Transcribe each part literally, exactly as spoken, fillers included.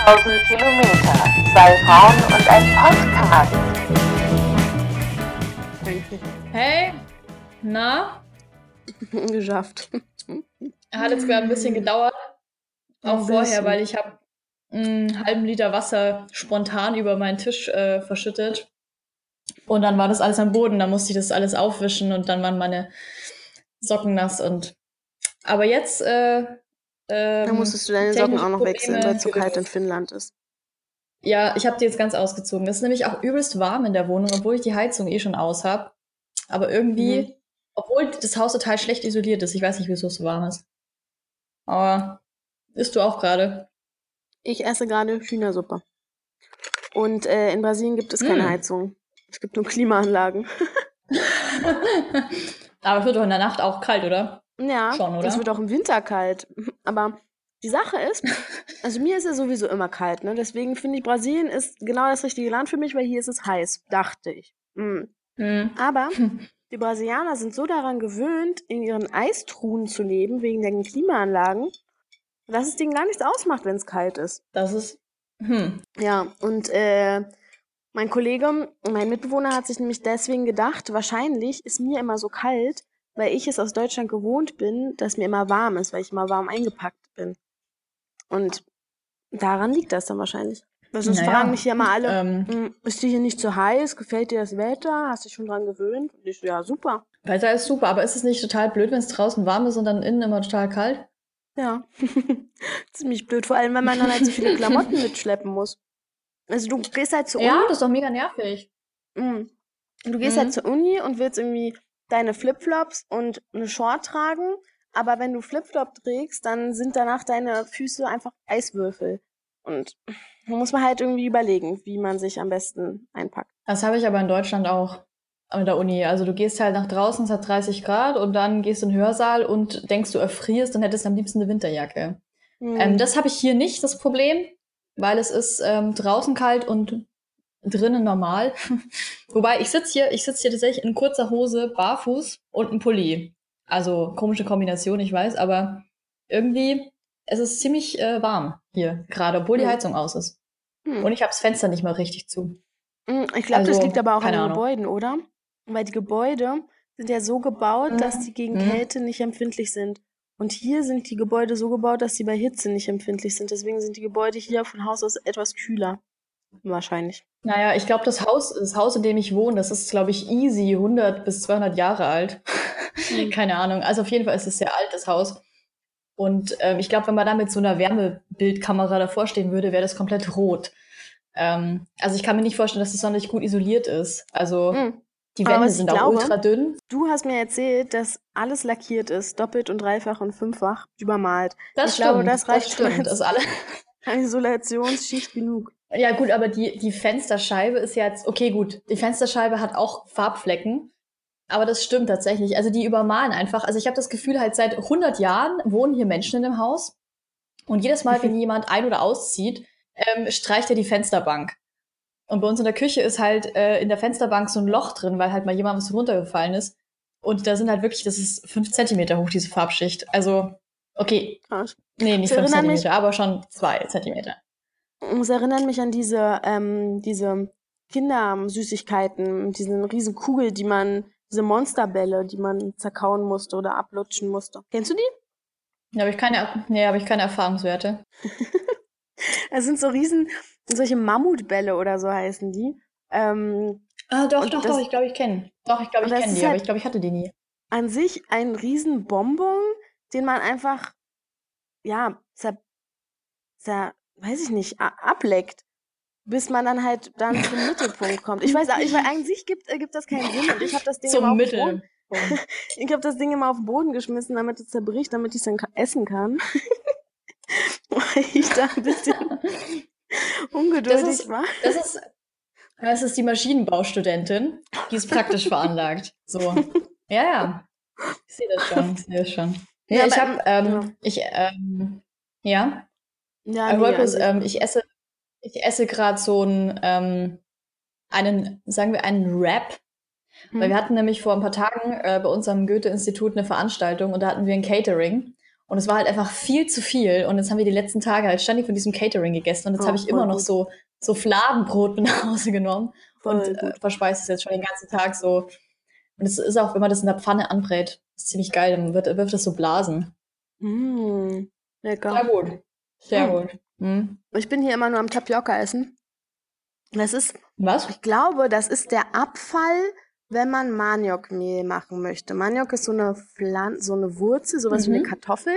tausend Kilometer, zwei Frauen und ein Podcast. Hey, na? Geschafft. Hat jetzt gerade ein bisschen gedauert. Auch Ein vorher, bisschen. weil ich habe einen halben Liter Wasser spontan über meinen Tisch äh, verschüttet. Und dann war das alles am Boden. Dann musste ich das alles aufwischen und dann waren meine Socken nass. Und aber jetzt äh, ähm, Dann musstest du deine Socken technische auch noch wechseln, Probleme weil es so kalt in gelöst. Finnland ist. Ja, ich habe die jetzt ganz ausgezogen. Es ist nämlich auch übelst warm in der Wohnung, obwohl ich die Heizung eh schon aus habe. Aber irgendwie, Mhm. obwohl das Haus total schlecht isoliert ist. Ich weiß nicht, wieso es so warm ist. Aber isst du auch gerade? Ich esse gerade Hühnersuppe. Und äh, in Brasilien gibt es keine Mm. Heizung. Es gibt nur Klimaanlagen. Aber es wird doch in der Nacht auch kalt, oder? Ja, Schon, oder? es wird auch im Winter kalt. Aber die Sache ist, also mir ist ja sowieso immer kalt, ne? Deswegen finde ich, Brasilien ist genau das richtige Land für mich, weil hier ist es heiß, dachte ich. Mhm. Hm. Aber die Brasilianer sind so daran gewöhnt, in ihren Eistruhen zu leben, wegen den Klimaanlagen, dass es denen gar nichts ausmacht, wenn es kalt ist. Das ist. Hm. Ja, und äh, mein Kollege, mein Mitbewohner hat sich nämlich deswegen gedacht, wahrscheinlich ist mir immer so kalt, weil ich es aus Deutschland gewohnt bin, dass mir immer warm ist, weil ich immer warm eingepackt bin. Und daran liegt das dann wahrscheinlich. Weil sonst Naja, fragen mich ja immer alle, ähm, "Hm, ist dir hier nicht zu heiß? Gefällt dir das Wetter? Hast dich schon dran gewöhnt?" Und ich so, ja, super. Wetter ist super, aber ist es nicht total blöd, wenn es draußen warm ist und dann innen immer total kalt? Ja. Ziemlich blöd, vor allem, wenn man dann halt so viele Klamotten mitschleppen muss. Also du gehst halt zur Ja, Uni. das ist doch mega nervig. Mm. Du gehst Mhm. halt zur Uni und willst irgendwie deine Flipflops und eine Short tragen, aber wenn du Flipflop trägst, dann sind danach deine Füße einfach Eiswürfel. Und da muss man halt irgendwie überlegen, wie man sich am besten einpackt. Das habe ich aber in Deutschland auch an der Uni. Also du gehst halt nach draußen, es hat dreißig Grad und dann gehst du in den Hörsaal und denkst, du erfrierst und hättest am liebsten eine Winterjacke. Hm. Ähm, das habe ich hier nicht, das Problem, weil es ist ähm, draußen kalt und drinnen normal. Wobei ich sitze hier, ich sitze hier tatsächlich in kurzer Hose, barfuß und ein Pulli. Also komische Kombination, ich weiß, aber irgendwie es ist ziemlich äh, warm hier gerade, obwohl die Hm. Heizung aus ist. Hm. Und ich habe das Fenster nicht mal richtig zu. Mm, Ich glaube, das Also, liegt aber auch an keine den Ahnung. Gebäuden, oder? Weil die Gebäude sind ja so gebaut, dass die gegen Mhm. Kälte nicht empfindlich sind. Und hier sind die Gebäude so gebaut, dass sie bei Hitze nicht empfindlich sind. Deswegen sind die Gebäude hier von Haus aus etwas kühler. Wahrscheinlich. Naja, ich glaube, das Haus, das Haus, in dem ich wohne, das ist, glaube ich, easy hundert bis zweihundert Jahre alt. Hm. Keine Ahnung. Also auf jeden Fall ist es sehr alt, das Haus. Und ähm, ich glaube, wenn man da mit so einer Wärmebildkamera davor stehen würde, wäre das komplett rot. Ähm, also ich kann mir nicht vorstellen, dass es sonderlich gut isoliert ist. Also Mm. die Aber Wände was ich sind auch glaube, ultra dünn. du hast mir erzählt, dass alles lackiert ist, doppelt und dreifach und fünffach übermalt. Das ich stimmt, glaube, das das reicht schon stimmt. Das als alle. Isolationsschicht genug. Ja gut, aber die, die Fensterscheibe ist ja jetzt, okay gut, die Fensterscheibe hat auch Farbflecken, aber das stimmt tatsächlich. Also die übermalen einfach, also ich habe das Gefühl, halt seit hundert Jahren wohnen hier Menschen in dem Haus und jedes Mal, wenn jemand ein- oder auszieht, ähm, streicht er die Fensterbank. Und bei uns in der Küche ist halt äh, in der Fensterbank so ein Loch drin, weil halt mal jemand was runtergefallen ist. Und da sind halt wirklich, das ist fünf Zentimeter hoch, diese Farbschicht. Also, okay, Krass. nee, nicht Das fünf erinnert mich- Zentimeter, aber schon zwei Zentimeter. Es erinnert mich an diese, ähm, diese Kindersüßigkeiten, diese riesen Kugel, die man, diese Monsterbälle, die man zerkauen musste oder ablutschen musste. Kennst du die? Da habe ich keine, nee, habe ich keine Erfahrungswerte. Es sind so riesen, solche Mammutbälle oder so heißen die. Ähm, Ah, doch, Und doch, das- doch, ich glaube, ich kenne. Doch, ich glaube, und ich das kenne ist die, aber halt- ich glaube, ich hatte die nie. an sich ein riesen Bonbon, den man einfach, ja, zer, zer, weiß ich nicht, a- ableckt, bis man dann halt dann zum Mittelpunkt kommt. Ich weiß, ich weiß, an sich gibt, äh, gibt das keinen Sinn und ich habe das Ding immer Zum auf den Mittel. Boden, ich habe das Ding immer auf den Boden geschmissen, damit es zerbricht, damit ich es dann ka- essen kann. Weil ich da ein bisschen ungeduldig Das ist- war. Das ist, das ist die Maschinenbaustudentin, die ist praktisch veranlagt. So. Ja, ja. Ich sehe das schon, ich sehe das schon. Nee, Ja, ich aber, habe, ähm, ja. ich, ähm, ja, Ja, ich nee, wollte an bloß, sich. ähm, ich esse, ich esse gerade so einen, ähm, einen, sagen wir, einen Wrap. Hm. Weil wir hatten nämlich vor ein paar Tagen äh, bei uns am Goethe-Institut eine Veranstaltung und da hatten wir ein Catering. Und es war halt einfach viel zu viel. Und jetzt haben wir die letzten Tage halt ständig von diesem Catering gegessen. Und jetzt Oh, habe ich voll immer noch gut. so, so Fladenbrot mit nach Hause genommen Voll und äh, gut. verspeist es jetzt schon den ganzen Tag so. Und es ist auch, wenn man das in der Pfanne anbrät, ist ziemlich geil. Dann wird, wird das so Blasen. Mm, Sehr lecker. gut. Sehr Hm. gut. Hm. Ich bin hier immer nur am Tapioca essen. Das ist, Was? ich glaube, das ist der Abfall, wenn man Maniokmehl machen möchte. Maniok ist so eine Pflan so eine Wurzel, sowas wie eine Mhm. Kartoffel.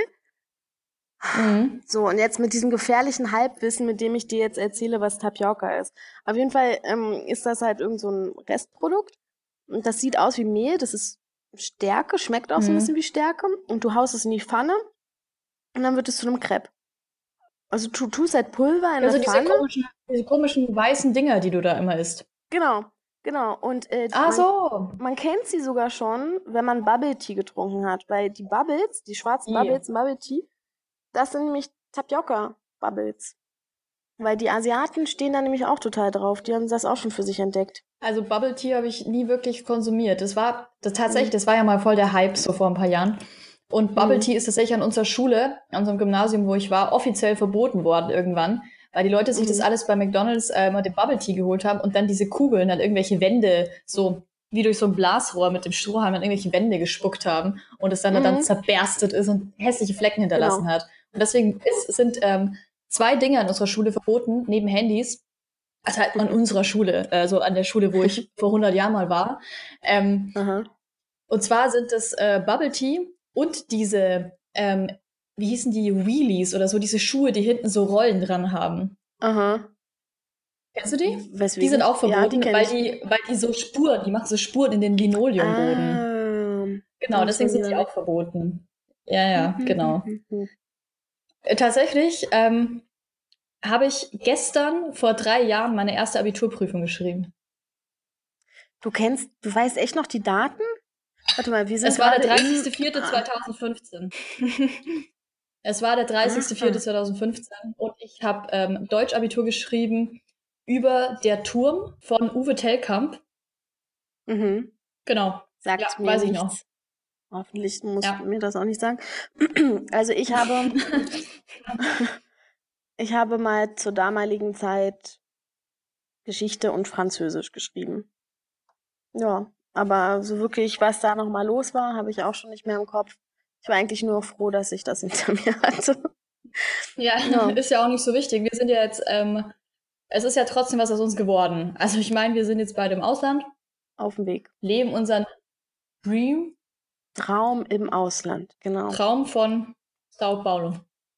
Mhm. So, und jetzt mit diesem gefährlichen Halbwissen, mit dem ich dir jetzt erzähle, was Tapioca ist. Auf jeden Fall ähm, ist das halt irgend so ein Restprodukt. Und das sieht aus wie Mehl, das ist Stärke, schmeckt auch so ein bisschen Mhm. wie Stärke. Und du haust es in die Pfanne und dann wird es zu einem Crepe. Also du tust halt Pulver in Also der diese Pfanne. komischen, diese komischen weißen Dinger, die du da immer isst. Genau, genau. Und äh, Ah, man, so. man kennt sie sogar schon, wenn man Bubble Tea getrunken hat. Weil die Bubbles, die schwarzen I. Bubbles im Bubble Tea, das sind nämlich Tapioca-Bubbles. Weil die Asiaten stehen da nämlich auch total drauf. Die haben das auch schon für sich entdeckt. Also Bubble Tea habe ich nie wirklich konsumiert. Das war das tatsächlich, Mhm. das war ja mal voll der Hype so vor ein paar Jahren. Und Bubble Mhm. Tea ist tatsächlich an unserer Schule, an unserem Gymnasium, wo ich war, offiziell verboten worden irgendwann, weil die Leute sich das Mhm. alles bei McDonald's äh, mal den Bubble Tea geholt haben und dann diese Kugeln an irgendwelche Wände so wie durch so ein Blasrohr mit dem Strohhalm an irgendwelche Wände gespuckt haben und es dann dann Mhm. zerberstet ist und hässliche Flecken hinterlassen Genau. hat. Und deswegen ist, sind ähm, zwei Dinge an unserer Schule verboten, neben Handys. Also halt an unserer Schule, also an der Schule, wo ich vor hundert Jahren mal war. Ähm, Aha. und zwar sind das äh, Bubble Tea und diese, ähm, wie hießen die, Wheelies oder so, diese Schuhe, die hinten so Rollen dran haben. Aha. Kennst du die? Weswegen? Die sind auch Ja, die verboten, kenn weil ich. die, weil die so Spuren, die machen so Spuren in den Linoleumboden. Ah, Genau, da muss deswegen man sind die die dann auch weg. verboten. Ja, ja, Mhm, genau. mhm, mhm. Äh, tatsächlich ähm, habe ich gestern vor drei Jahren meine erste Abiturprüfung geschrieben. Du kennst, du weißt echt noch die Daten? Warte mal, wir sind Es war der gerade im... dreißigster vierter zweitausendfünfzehn. Es war der dreißigster vierter Aha. zweitausendfünfzehn und ich habe ähm, Deutsch-Abitur geschrieben über Der Turm von Uwe Tellkamp. Mhm. Genau. Ja, Sagt mir weiß ich noch. nichts. Hoffentlich muss Ja. mir das auch nicht sagen. Also ich habe, ich habe mal zur damaligen Zeit Geschichte und Französisch geschrieben. Ja, aber so wirklich, was da nochmal los war, habe ich auch schon nicht mehr im Kopf. Ich war eigentlich nur froh, dass ich das hinter mir hatte. Ja, Ja, ist ja auch nicht so wichtig. Wir sind ja jetzt, ähm, es ist ja trotzdem was aus uns geworden. Also ich meine, wir sind jetzt beide im Ausland, auf dem Weg. leben unseren Dream, Traum im Ausland, genau. Traum von Sao Paulo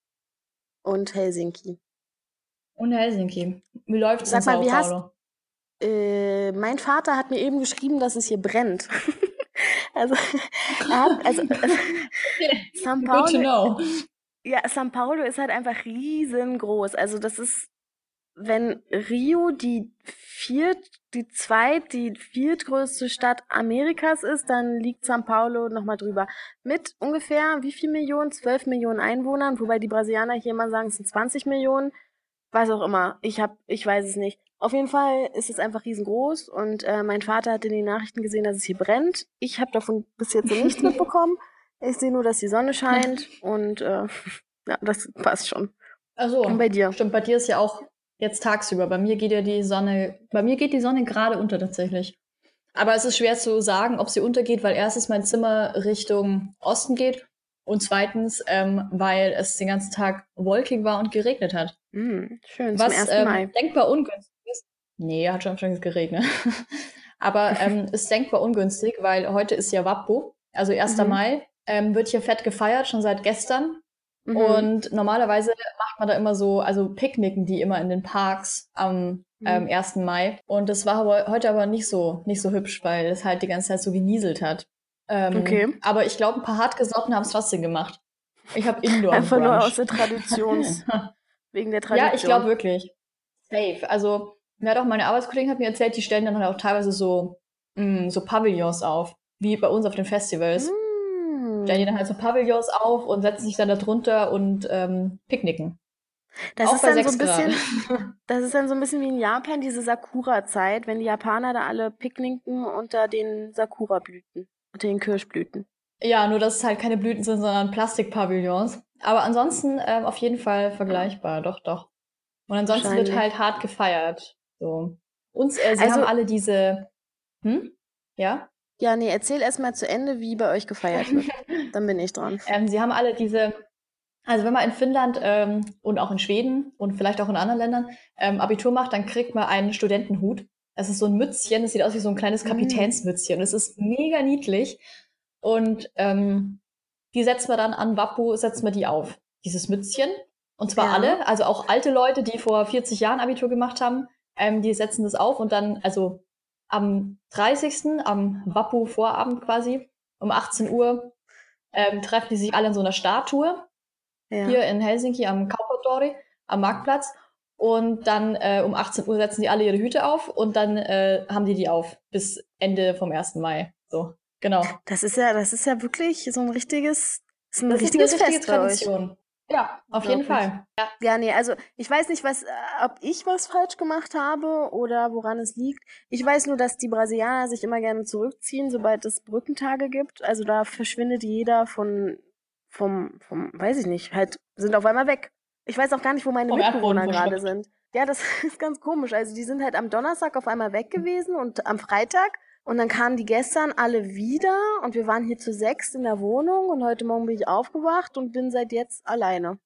Und Helsinki. und Helsinki. Wie läuft's in Sag mal, Sao wie hast, Paulo? äh, mein Vater hat mir eben geschrieben, dass es hier brennt. Also, er hat, also, also São Good to Paulo, know. ja, São Paulo ist halt einfach riesengroß. Also das ist, wenn Rio die viert, die zweit, die viertgrößte Stadt Amerikas ist, dann liegt São Paulo nochmal drüber. Mit ungefähr wie viel Millionen? Zwölf Millionen Einwohnern, wobei die Brasilianer hier immer sagen, es sind zwanzig Millionen. Was auch immer. Ich hab, ich weiß es nicht. Auf jeden Fall ist es einfach riesengroß und äh, mein Vater hat in den Nachrichten gesehen, dass es hier brennt. Ich habe davon bis jetzt so nichts mitbekommen. Ich sehe nur, dass die Sonne scheint und äh, ja, das passt schon. Ach so, Und bei dir? stimmt, bei dir ist ja auch jetzt tagsüber. Bei mir geht ja die Sonne, bei mir geht die Sonne gerade unter tatsächlich. Aber es ist schwer zu sagen, ob sie untergeht, weil erstens mein Zimmer Richtung Osten geht und zweitens, ähm, weil es den ganzen Tag wolkig war und geregnet hat. Hm, schön, zum Was ersten ähm, Mai. denkbar ungünstig ist. Nee, hat schon schon geregnet. Aber ähm, ist denkbar ungünstig, weil heute ist ja Wappo, also erster Mhm. Mai, ähm, wird hier fett gefeiert, schon seit gestern. Mhm. Und normalerweise macht man da immer so, also picknicken die immer in den Parks am ähm, Mhm. ersten Mai. Und das war aber heute aber nicht so, nicht so hübsch, weil es halt die ganze Zeit so genieselt hat. Ähm, Okay. Aber ich glaube, ein paar Hartgesottene haben es trotzdem gemacht. Ich habe Indoor Einfach nur aus gebruncht. der Traditions, wegen der Tradition. Ja, ich glaube wirklich. Safe. Also, mir hat auch meine Arbeitskollegin hat mir erzählt, die stellen dann halt auch teilweise so, mh, so Pavillons auf, wie bei uns auf den Festivals. Mm. Stellen die dann halt so Pavillons auf und setzen sich dann da drunter und ähm, picknicken. Das auch ist bei dann so sechs ein bisschen, Grad. das ist dann so ein bisschen wie in Japan, diese Sakura-Zeit, wenn die Japaner da alle picknicken unter den Sakura-Blüten, unter den Kirschblüten. Ja, nur dass es halt keine Blüten sind, sondern Plastikpavillons. Aber ansonsten ähm, auf jeden Fall vergleichbar, doch, doch. Und ansonsten wird Wahrscheinlich. halt hart gefeiert. So. Uns, äh, sie haben Also, alle diese, hm? Ja? ja, nee, erzähl erst mal zu Ende, wie bei euch gefeiert wird. Dann bin ich dran. Ähm, sie haben alle diese, also wenn man in Finnland ähm, und auch in Schweden und vielleicht auch in anderen Ländern ähm, Abitur macht, dann kriegt man einen Studentenhut. Das ist so ein Mützchen, das sieht aus wie so ein kleines Mm. Kapitänsmützchen. Und es ist mega niedlich. Und ähm, die setzt man dann an Wappo, setzt man die auf, dieses Mützchen. Und zwar Ja. alle, also auch alte Leute, die vor vierzig Jahren Abitur gemacht haben, ähm, die setzen das auf und dann, also am dreißigsten am Wappo-Vorabend quasi, um achtzehn Uhr, ähm, treffen die sich alle in so einer Statue Ja. hier in Helsinki am Kaupatori, am Marktplatz. Und dann äh, um achtzehn Uhr setzen die alle ihre Hüte auf und dann äh, haben die die auf bis Ende vom ersten Mai. So, genau. Das ist ja, das ist ja wirklich so ein richtiges, ist ein Das ist eine richtiges richtige Fest bei euch. Tradition. Ja, auf jeden Unglaublich. Fall. Ja. Ja, nee, also ich weiß nicht, was, äh, ob ich was falsch gemacht habe oder woran es liegt. Ich weiß nur, dass die Brasilianer sich immer gerne zurückziehen, sobald es Brückentage gibt. Also da verschwindet jeder von, vom, vom, weiß ich nicht, halt, sind auf einmal weg. Ich weiß auch gar nicht, wo meine Vom Erdboden Mitbewohner gerade verschluckt. sind. Ja, das ist ganz komisch. Also die sind halt am Donnerstag auf einmal weg gewesen und am Freitag. Und dann kamen die gestern alle wieder und wir waren hier zu sechs in der Wohnung und heute Morgen bin ich aufgewacht und bin seit jetzt alleine.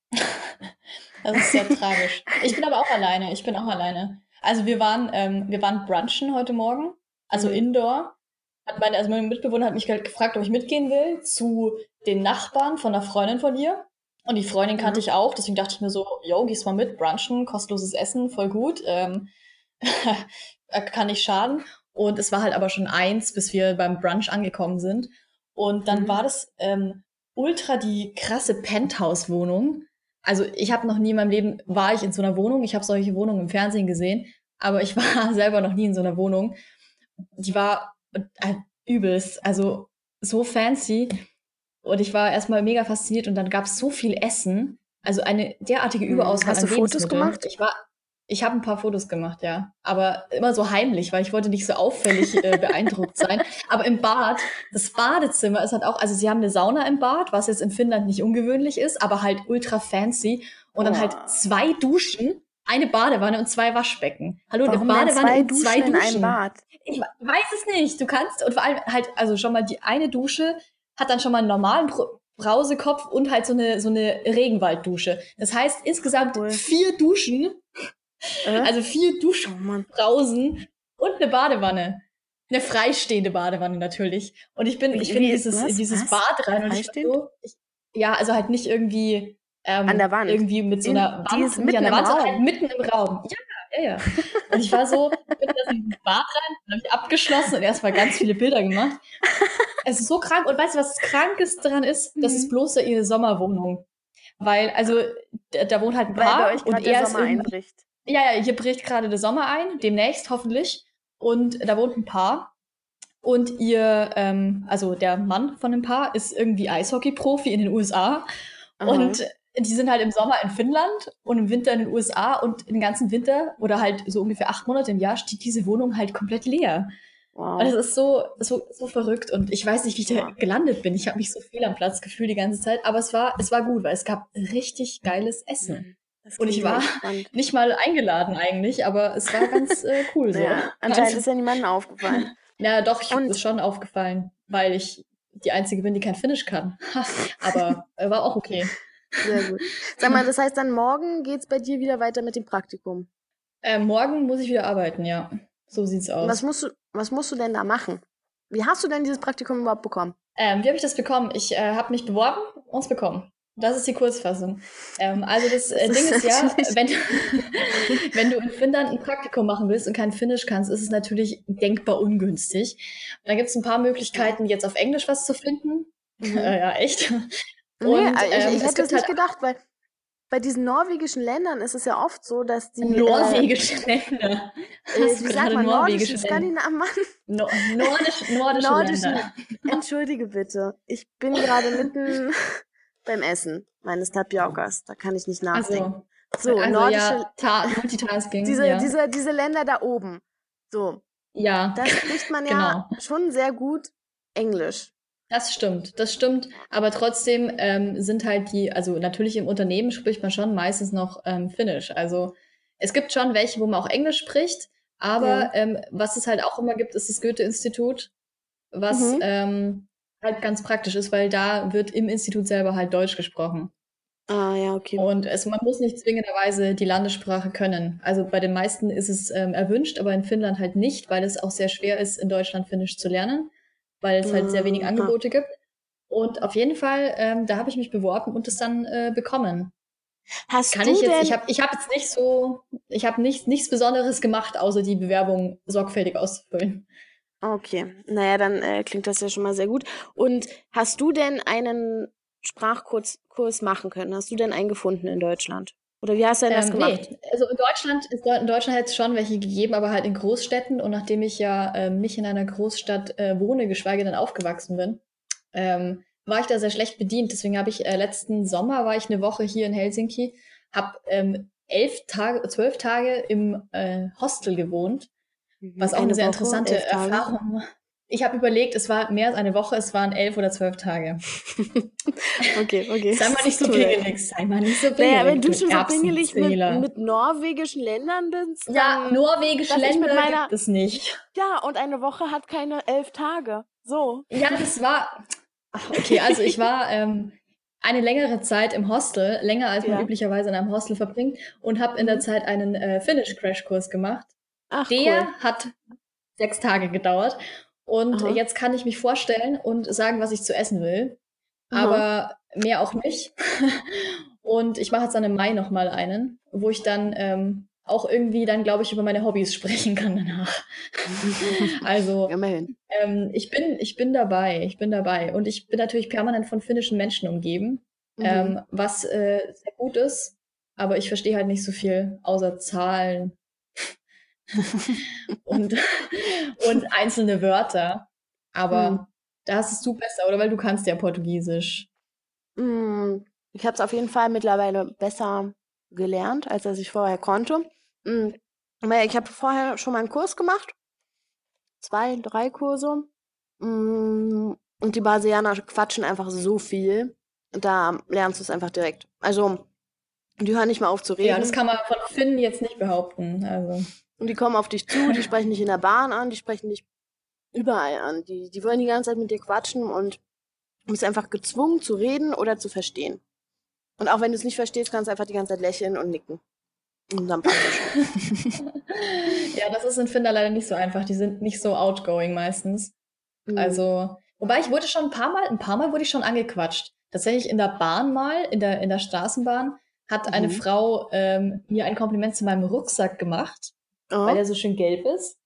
Das ist sehr tragisch. Ich bin aber auch alleine. Ich bin auch alleine. Also wir waren, ähm, wir waren brunchen heute Morgen, also Mhm. indoor. Hat meine, also mein Mitbewohner hat mich halt gefragt, ob ich mitgehen will zu den Nachbarn von einer Freundin von ihr. Und die Freundin kannte Mhm. ich auch, deswegen dachte ich mir so, yo, gehst mal mit, brunchen, kostenloses Essen, voll gut. Ähm, kann nicht schaden. Und es war halt aber schon eins, bis wir beim Brunch angekommen sind. Und dann Mhm. war das ähm, ultra die krasse Penthouse-Wohnung. Also ich habe noch nie in meinem Leben, war ich in so einer Wohnung, ich habe solche Wohnungen im Fernsehen gesehen, aber ich war selber noch nie in so einer Wohnung. Die war äh, übelst, also so fancy. Und ich war erstmal mega fasziniert und dann gab es so viel Essen. Also eine derartige Mhm. Überauswahl Hast an du Fotos Lebensmitteln. gemacht? Ich war, ich habe ein paar Fotos gemacht, ja. Aber immer so heimlich, weil ich wollte nicht so auffällig äh, beeindruckt sein. Aber im Bad, das Badezimmer ist halt auch, also sie haben eine Sauna im Bad, was jetzt in Finnland nicht ungewöhnlich ist, aber halt ultra fancy. Und dann halt Oh. zwei Duschen, eine Badewanne und zwei Waschbecken. Hallo, Warum eine denn Badewanne zwei und Duschen zwei in einem Duschen. Bad? Ich weiß es nicht. Du kannst, und vor allem halt, also schon mal die eine Dusche hat dann schon mal einen normalen Pro Brausekopf und halt so eine, so eine Regenwalddusche. Das heißt insgesamt Cool. vier Duschen, Äh? also vier Oh Mann. Duschbrausen und eine Badewanne. Eine freistehende Badewanne natürlich. Und ich bin, Wie- ich bin in wie- dieses, was? in dieses Was? Bad rein und ich war Freistehend? so, ich, ja, also halt nicht irgendwie, ähm, An der Wand. irgendwie mit so Die- einer die Wand, ist nicht mitten an der im Wand, sondern Raum. halt mitten im Raum. Ja, ja, ja. Und ich war so, ich bin da in dieses Bad rein, dann habe ich abgeschlossen und erstmal ganz viele Bilder gemacht. Es ist so krank. Und weißt du, was das Krankeste daran ist? Das ist Mhm. bloß ja ihre Sommerwohnung. Weil, also, da, da wohnt halt ein Weil Paar bei euch und gerade er der ist Sommer irgendwie, einbricht. ja, ja, hier bricht gerade der Sommer ein, demnächst hoffentlich. Und da wohnt ein Paar. Und ihr, ähm, also der Mann von dem Paar ist irgendwie Eishockey-Profi in den U S A. Aha. Und die sind halt im Sommer in Finnland und im Winter in den U S A. Und den ganzen Winter oder halt so ungefähr acht Monate im Jahr steht diese Wohnung halt komplett leer. Wow. Und es ist so, so, so verrückt. Und ich weiß nicht, wie ich da Ja. gelandet bin. Ich habe mich so viel am Platz gefühlt die ganze Zeit. Aber es war, es war gut, weil es gab richtig geiles Essen. Das Und ich klingt war echt spannend. nicht mal eingeladen eigentlich, aber es war ganz äh, cool so. Ja, anscheinend Also, ist ja niemandem aufgefallen. ja, doch, ich Und- ist schon aufgefallen, weil ich die Einzige bin, die kein Finnisch kann. Ha, aber äh, war auch okay. Sehr gut. Sag mal, das heißt dann morgen geht's bei dir wieder weiter mit dem Praktikum. Äh, morgen muss ich wieder arbeiten, ja. So sieht's aus. Was musst du, was musst du denn da machen? Wie hast du denn dieses Praktikum überhaupt bekommen? Ähm, wie habe ich das bekommen? Ich äh, habe mich beworben und es bekommen. Das ist die Kurzfassung. Ähm, also das, äh, Das Ding ist ist ja, natürlich- wenn, wenn du in Finnland ein Praktikum machen willst und kein Finnisch kannst, ist es natürlich denkbar ungünstig. Und da gibt es ein paar Möglichkeiten, jetzt auf Englisch was zu finden. Mhm. Äh, ja, echt. Nee, Und, ich, ähm, ich es hätte es gibt nicht halt gedacht, weil bei diesen norwegischen Ländern ist es ja oft so, dass die norwegische Länder. äh, Hast äh, du wie sagt gerade man, norwegische nordischen Länder? Skandinaven, Mann, No nordisch, nordische nordischen, Länder. entschuldige bitte, ich bin gerade mitten beim Essen meines Tapiokas, da kann ich nicht nachdenken. Also, So, also nordische, ja, Ta Multitasking. diese, ja. diese, diese Länder da oben, so, ja, da spricht man ja genau. schon sehr gut Englisch. Das stimmt, das stimmt. Aber trotzdem ähm, sind halt die, also natürlich im Unternehmen spricht man schon meistens noch ähm, Finnisch. Also es gibt schon welche, wo man auch Englisch spricht, Ja. aber ähm, was es halt auch immer gibt, ist das Goethe-Institut, was Mhm. ähm, halt ganz praktisch ist, weil da wird im Institut selber halt Deutsch gesprochen. Ah, ja, okay. Und es, man muss nicht zwingenderweise die Landessprache können. Also bei den meisten ist es ähm, erwünscht, aber in Finnland halt nicht, weil es auch sehr schwer ist, in Deutschland Finnisch zu lernen, weil es halt sehr wenig Aha. Angebote gibt. Und auf jeden Fall, ähm, da habe ich mich beworben und es dann äh, bekommen. Hast Kann du ich jetzt, ich denn, habe ich hab jetzt nicht so, ich habe nicht, nichts Besonderes gemacht, außer die Bewerbung sorgfältig auszufüllen. okay, naja, dann äh, klingt das ja schon mal sehr gut. Und hast du denn einen Sprachkurs Kurs machen können? Hast du denn einen gefunden in Deutschland? Oder wie hast du denn das Ähm, gemacht? nee, also in Deutschland, ist, in Deutschland hätte es schon welche gegeben, aber halt in Großstädten. Und nachdem ich ja ähm, nicht in einer Großstadt äh, wohne, geschweige denn aufgewachsen bin, ähm, war ich da sehr schlecht bedient. Deswegen habe ich äh, letzten Sommer war ich eine Woche hier in Helsinki, habe ähm, elf Tage, zwölf Tage im äh, Hostel gewohnt, Mhm. was auch eine Eine sehr Woche, interessante elf Tage. Erfahrung war. Ich habe überlegt, es war mehr als eine Woche, es waren elf oder zwölf Tage. Okay, okay, Sei mal nicht es so tut mir leid. pingelig, sei mal nicht so Naja, wenn pingelig, du du schon so pingelig mit, Erbsenzähler. mit norwegischen Ländern bist, Ja, dann norwegische darf ich mit Länder meiner, gibt es nicht. ja, und eine Woche hat keine elf Tage. So. Ja, das war. Ach, okay, also ich war ähm, eine längere Zeit im Hostel, länger als man Ja. üblicherweise in einem Hostel verbringt, und habe in der Mhm. Zeit einen äh, Finnish-Crashkurs gemacht. Ach, Der cool. hat sechs Tage gedauert. Und Aha. jetzt kann ich mich vorstellen und sagen, was ich zu essen will. Aha. Aber mehr auch nicht. Und ich mache jetzt dann im Mai nochmal einen, wo ich dann ähm, auch irgendwie dann, glaube ich, über meine Hobbys sprechen kann danach. Also Immerhin. ähm, ich bin, ich bin dabei, ich bin dabei. Und ich bin natürlich permanent von finnischen Menschen umgeben, Mhm. ähm, was äh, sehr gut ist. Aber ich verstehe halt nicht so viel außer Zahlen und, und einzelne Wörter. Mhm. Aber da hast es du besser, oder? Weil du kannst ja Portugiesisch. Mm, Ich habe es auf jeden Fall mittlerweile besser gelernt, als dass ich vorher konnte. Mm, Weil ich habe vorher schon mal einen Kurs gemacht, zwei, drei Kurse. Mm, Und die Brasilianer quatschen einfach so viel. Da lernst du es einfach direkt. Also, die hören nicht mal auf zu Ja, das reden. kann man von Finn jetzt nicht behaupten. Also. Und die kommen auf dich zu, die sprechen dich in der Bahn an, die sprechen dich überall an. Die, die wollen die ganze Zeit mit dir quatschen und du bist einfach gezwungen zu reden oder zu verstehen. Und auch wenn du es nicht verstehst, kannst du einfach die ganze Zeit lächeln und nicken. Und dann passt das schon. Ja, das ist in Finder leider nicht so einfach. Die sind nicht so outgoing meistens. Mhm. Also, wobei ich wurde schon ein paar Mal, ein paar Mal wurde ich schon angequatscht. Tatsächlich in der Bahn mal, in der, in der Straßenbahn, hat eine Mhm. Frau ähm, mir ein Kompliment zu meinem Rucksack gemacht, weil Oh. der so schön gelb ist.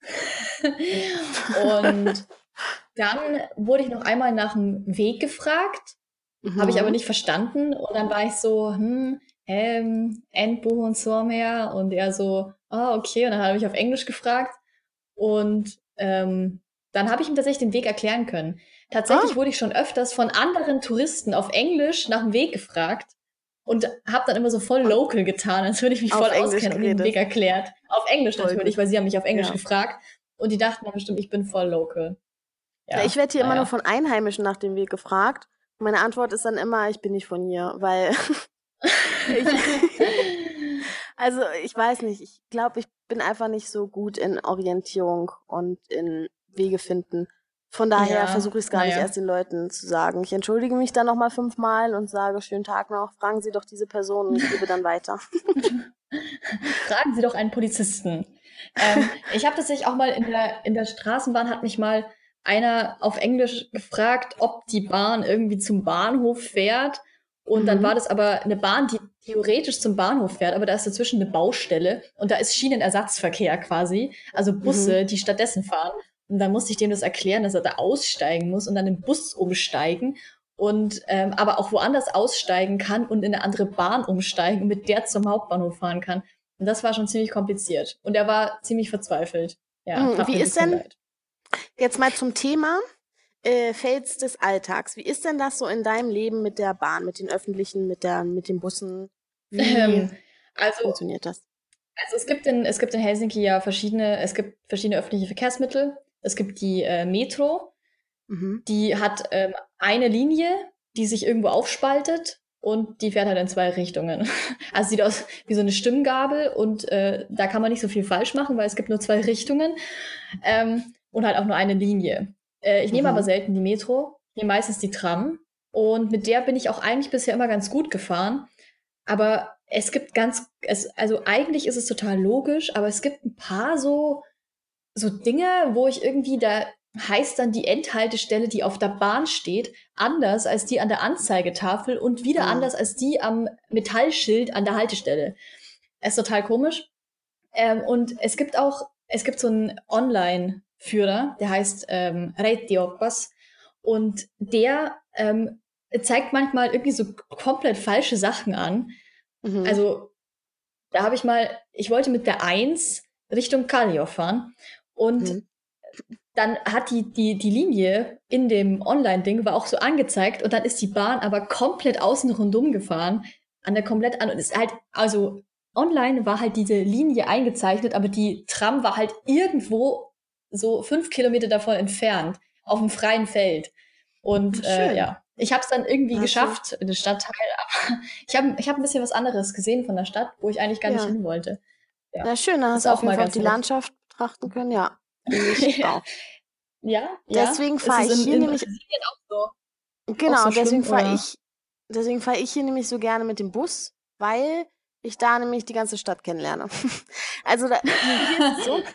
Und dann wurde ich noch einmal nach dem Weg gefragt, habe ich aber Mhm. nicht verstanden. Und dann war ich so, hm, ähm, Endbuch und so mehr. Und er so, ah, okay. Und dann hat er mich auf Englisch gefragt. Und ähm, dann habe ich ihm tatsächlich den Weg erklären können. Tatsächlich Ah, wurde ich schon öfters von anderen Touristen auf Englisch nach dem Weg gefragt und habe dann immer so voll und local getan, als würde ich mich auf voll Englisch auskennen und ihnen den Weg geredet. erklärt. Auf Englisch Voll natürlich, gut. weil sie haben mich auf Englisch Ja. gefragt und die dachten dann bestimmt, ich bin voll local. Ja, ich Ja, werde hier immer nur naja. von Einheimischen nach dem Weg gefragt. Und meine Antwort ist dann immer, ich bin nicht von hier, weil ich, also ich weiß nicht, ich glaube, ich bin einfach nicht so gut in Orientierung und in Wege finden. Von daher Ja, versuche ich es gar nicht naja. erst den Leuten zu sagen. Ich entschuldige mich dann nochmal fünfmal und sage, schönen Tag noch, fragen Sie doch diese Person und gebe dann weiter. Fragen Sie doch einen Polizisten. Ähm, ich habe tatsächlich auch mal in der, in der Straßenbahn hat mich mal einer auf Englisch gefragt, ob die Bahn irgendwie zum Bahnhof fährt. Und dann war Mhm. das aber eine Bahn, die theoretisch zum Bahnhof fährt, aber da ist dazwischen eine Baustelle und da ist Schienenersatzverkehr quasi, also Mhm. Busse, die stattdessen fahren. Und dann musste ich dem das erklären, dass er da aussteigen muss und dann den Bus umsteigen und ähm, aber auch woanders aussteigen kann und in eine andere Bahn umsteigen und mit der zum Hauptbahnhof fahren kann. Und das war schon ziemlich kompliziert. Und er war ziemlich verzweifelt. Ja, Mhm. tat mir Wie ein ist bisschen denn, leid. jetzt mal zum Thema äh, Fails des Alltags. Wie ist denn das so in deinem Leben mit der Bahn, mit den öffentlichen, mit der, mit den Bussen? Wie Ähm, also, funktioniert das? also es gibt in, es gibt in Helsinki ja verschiedene, es gibt verschiedene öffentliche Verkehrsmittel. Es gibt die äh, Metro. Mhm. Die hat ähm, eine Linie, die sich irgendwo aufspaltet und die fährt halt in zwei Richtungen. Also sieht aus wie so eine Stimmgabel und äh, da kann man nicht so viel falsch machen, weil es gibt nur zwei Richtungen ähm, und halt auch nur eine Linie. Äh, ich nehme Mhm. aber selten die Metro, ich nehme meistens die Tram und mit der bin ich auch eigentlich bisher immer ganz gut gefahren. Aber es gibt ganz, es, also eigentlich ist es total logisch, aber es gibt ein paar so so Dinge, wo ich irgendwie, da heißt dann die Endhaltestelle, die auf der Bahn steht, anders als die an der Anzeigetafel und wieder Mhm. anders als die am Metallschild an der Haltestelle. Es ist total komisch. Ähm, und es gibt auch, es gibt so einen Online-Führer, der heißt ähm, Reti Oppas und der ähm, zeigt manchmal irgendwie so komplett falsche Sachen an. Mhm. Also da habe ich mal, ich wollte mit der eins Richtung Kallio fahren und Mhm. dann hat die, die, die Linie in dem Online-Ding war auch so angezeigt und dann ist die Bahn aber komplett außen rundum gefahren, an der komplett an und ist halt, also online war halt diese Linie eingezeichnet, aber die Tram war halt irgendwo so fünf Kilometer davon entfernt, auf dem freien Feld. Und Schön. äh, ja, ich habe es dann irgendwie Hast geschafft in den Stadtteil, aber ich habe ich hab ein bisschen was anderes gesehen von der Stadt, wo ich eigentlich gar nicht Ja. hin wollte. Ja, Na schön, dann das hast ist du auf auch jeden mal Fall auch ganz die nett. Landschaft betrachten können. Ja, finde ich Ja. auch. Ja, ja. Deswegen Ist fahre es ich in, hier in nämlich, Brasilien auch so, auch genau, so deswegen schlimm, fahre oder? ich, deswegen fahre ich hier nämlich so gerne mit dem Bus, weil ich da nämlich die ganze Stadt kennenlerne. Also da, hier ist es so,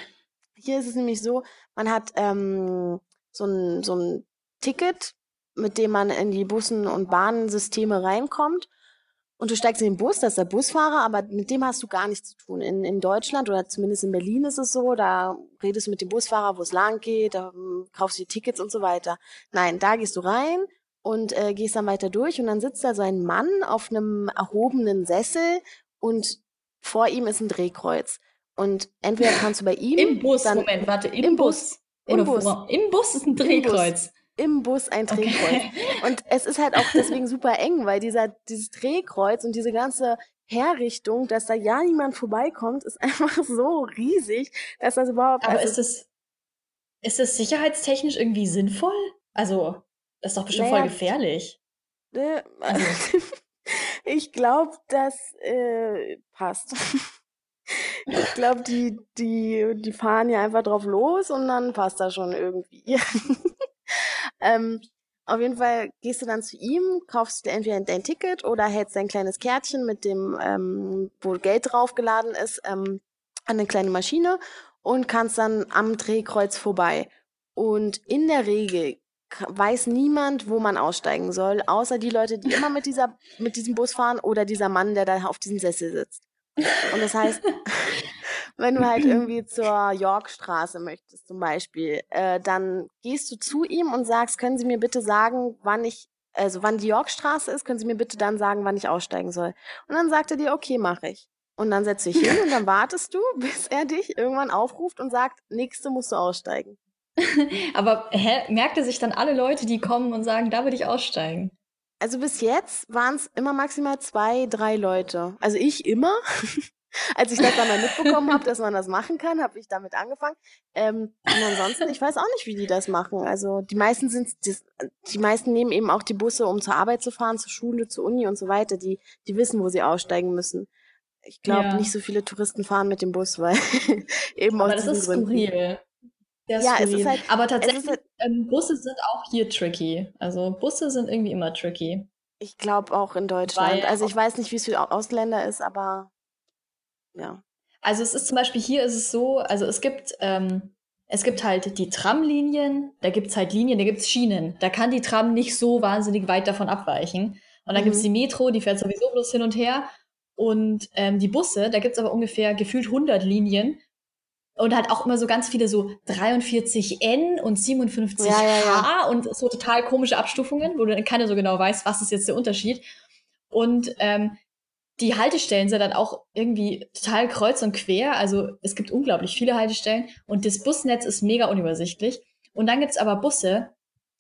hier ist es nämlich so, man hat ähm, so ein, so ein Ticket, mit dem man in die Bussen- und Bahnsysteme reinkommt. Und du steigst in den Bus, das ist der Busfahrer, aber mit dem hast du gar nichts zu tun. In, in Deutschland oder zumindest in Berlin ist es so, da redest du mit dem Busfahrer, wo es lang geht, da ähm, kaufst du die Tickets und so weiter. Nein, da gehst du rein und äh, gehst dann weiter durch und dann sitzt da so ein Mann auf einem erhobenen Sessel und vor ihm ist ein Drehkreuz. Und entweder kannst du bei ihm Im Bus, dann Moment, warte, im, im Bus? Bus, Oder im Bus, vor? Im Bus ist ein im Bus, Drehkreuz. im Bus ein Drehkreuz. Okay. Und es ist halt auch deswegen super eng, weil dieser, dieses Drehkreuz und diese ganze Herrichtung, dass da ja niemand vorbeikommt, ist einfach so riesig, dass das überhaupt, Aber also, ist das, ist das sicherheitstechnisch irgendwie sinnvoll? Also, das ist doch bestimmt voll naja, gefährlich. äh, Also, ich glaube, das äh, passt. Ich glaube, die, die, die fahren ja einfach drauf los und dann passt das schon irgendwie. ähm, auf jeden Fall gehst du dann zu ihm, kaufst dir entweder dein Ticket oder hältst dein kleines Kärtchen mit dem, ähm, wo Geld draufgeladen ist, ähm, an eine kleine Maschine und kannst dann am Drehkreuz vorbei. Und in der Regel k- weiß niemand, wo man aussteigen soll, außer die Leute, die immer mit dieser, mit diesem Bus fahren oder dieser Mann, der da auf diesem Sessel sitzt. Und das heißt, wenn du halt irgendwie zur Yorkstraße möchtest zum Beispiel, äh, dann gehst du zu ihm und sagst, können Sie mir bitte sagen, wann ich, also wann die Yorkstraße ist, können Sie mir bitte dann sagen, wann ich aussteigen soll. Und dann sagt er dir, okay, mache ich. Und dann setzt du dich hin und dann wartest du, bis er dich irgendwann aufruft und sagt, nächste musst du aussteigen. aber hä, merkt er sich dann alle Leute, die kommen und sagen, da würde ich aussteigen? Also bis jetzt waren es immer maximal zwei, drei Leute. Also ich immer. Als ich das dann mal mitbekommen habe, dass man das machen kann, habe ich damit angefangen. Ähm, und ansonsten, ich weiß auch nicht, wie die das machen. Also die meisten sind, die, die meisten nehmen eben auch die Busse, um zur Arbeit zu fahren, zur Schule, zur Uni und so weiter. Die, die wissen, wo sie aussteigen müssen. Ich glaube, nicht Ja, so viele Touristen fahren mit dem Bus, weil eben aus aber das diesen ist Gründen. skurril. Sehr Ja, es ist skurril. halt, Aber es ist tatsächlich, halt, ähm, Busse sind auch hier tricky. Also Busse sind irgendwie immer tricky. ich glaube auch in Deutschland. Weil Also ich weiß nicht, wie es für Ausländer ist, aber ja. Also es ist zum Beispiel hier ist es so, also es gibt, ähm, es gibt halt die Tramlinien, da gibt's halt Linien, da gibt's Schienen. Da kann die Tram nicht so wahnsinnig weit davon abweichen. Und dann gibt's Mhm. die Metro, die fährt sowieso bloß hin und her. Und ähm, die Busse, da gibt's aber ungefähr gefühlt hundert Linien. Und halt auch immer so ganz viele so dreiundvierzig N und Ja, ja, ja. siebenundfünfzig H und so total komische Abstufungen, wo du dann keiner so genau weiß, was ist jetzt der Unterschied. Und ähm, die Haltestellen sind dann auch irgendwie total kreuz und quer. Also es gibt unglaublich viele Haltestellen und das Busnetz ist mega unübersichtlich. Und dann gibt's aber Busse,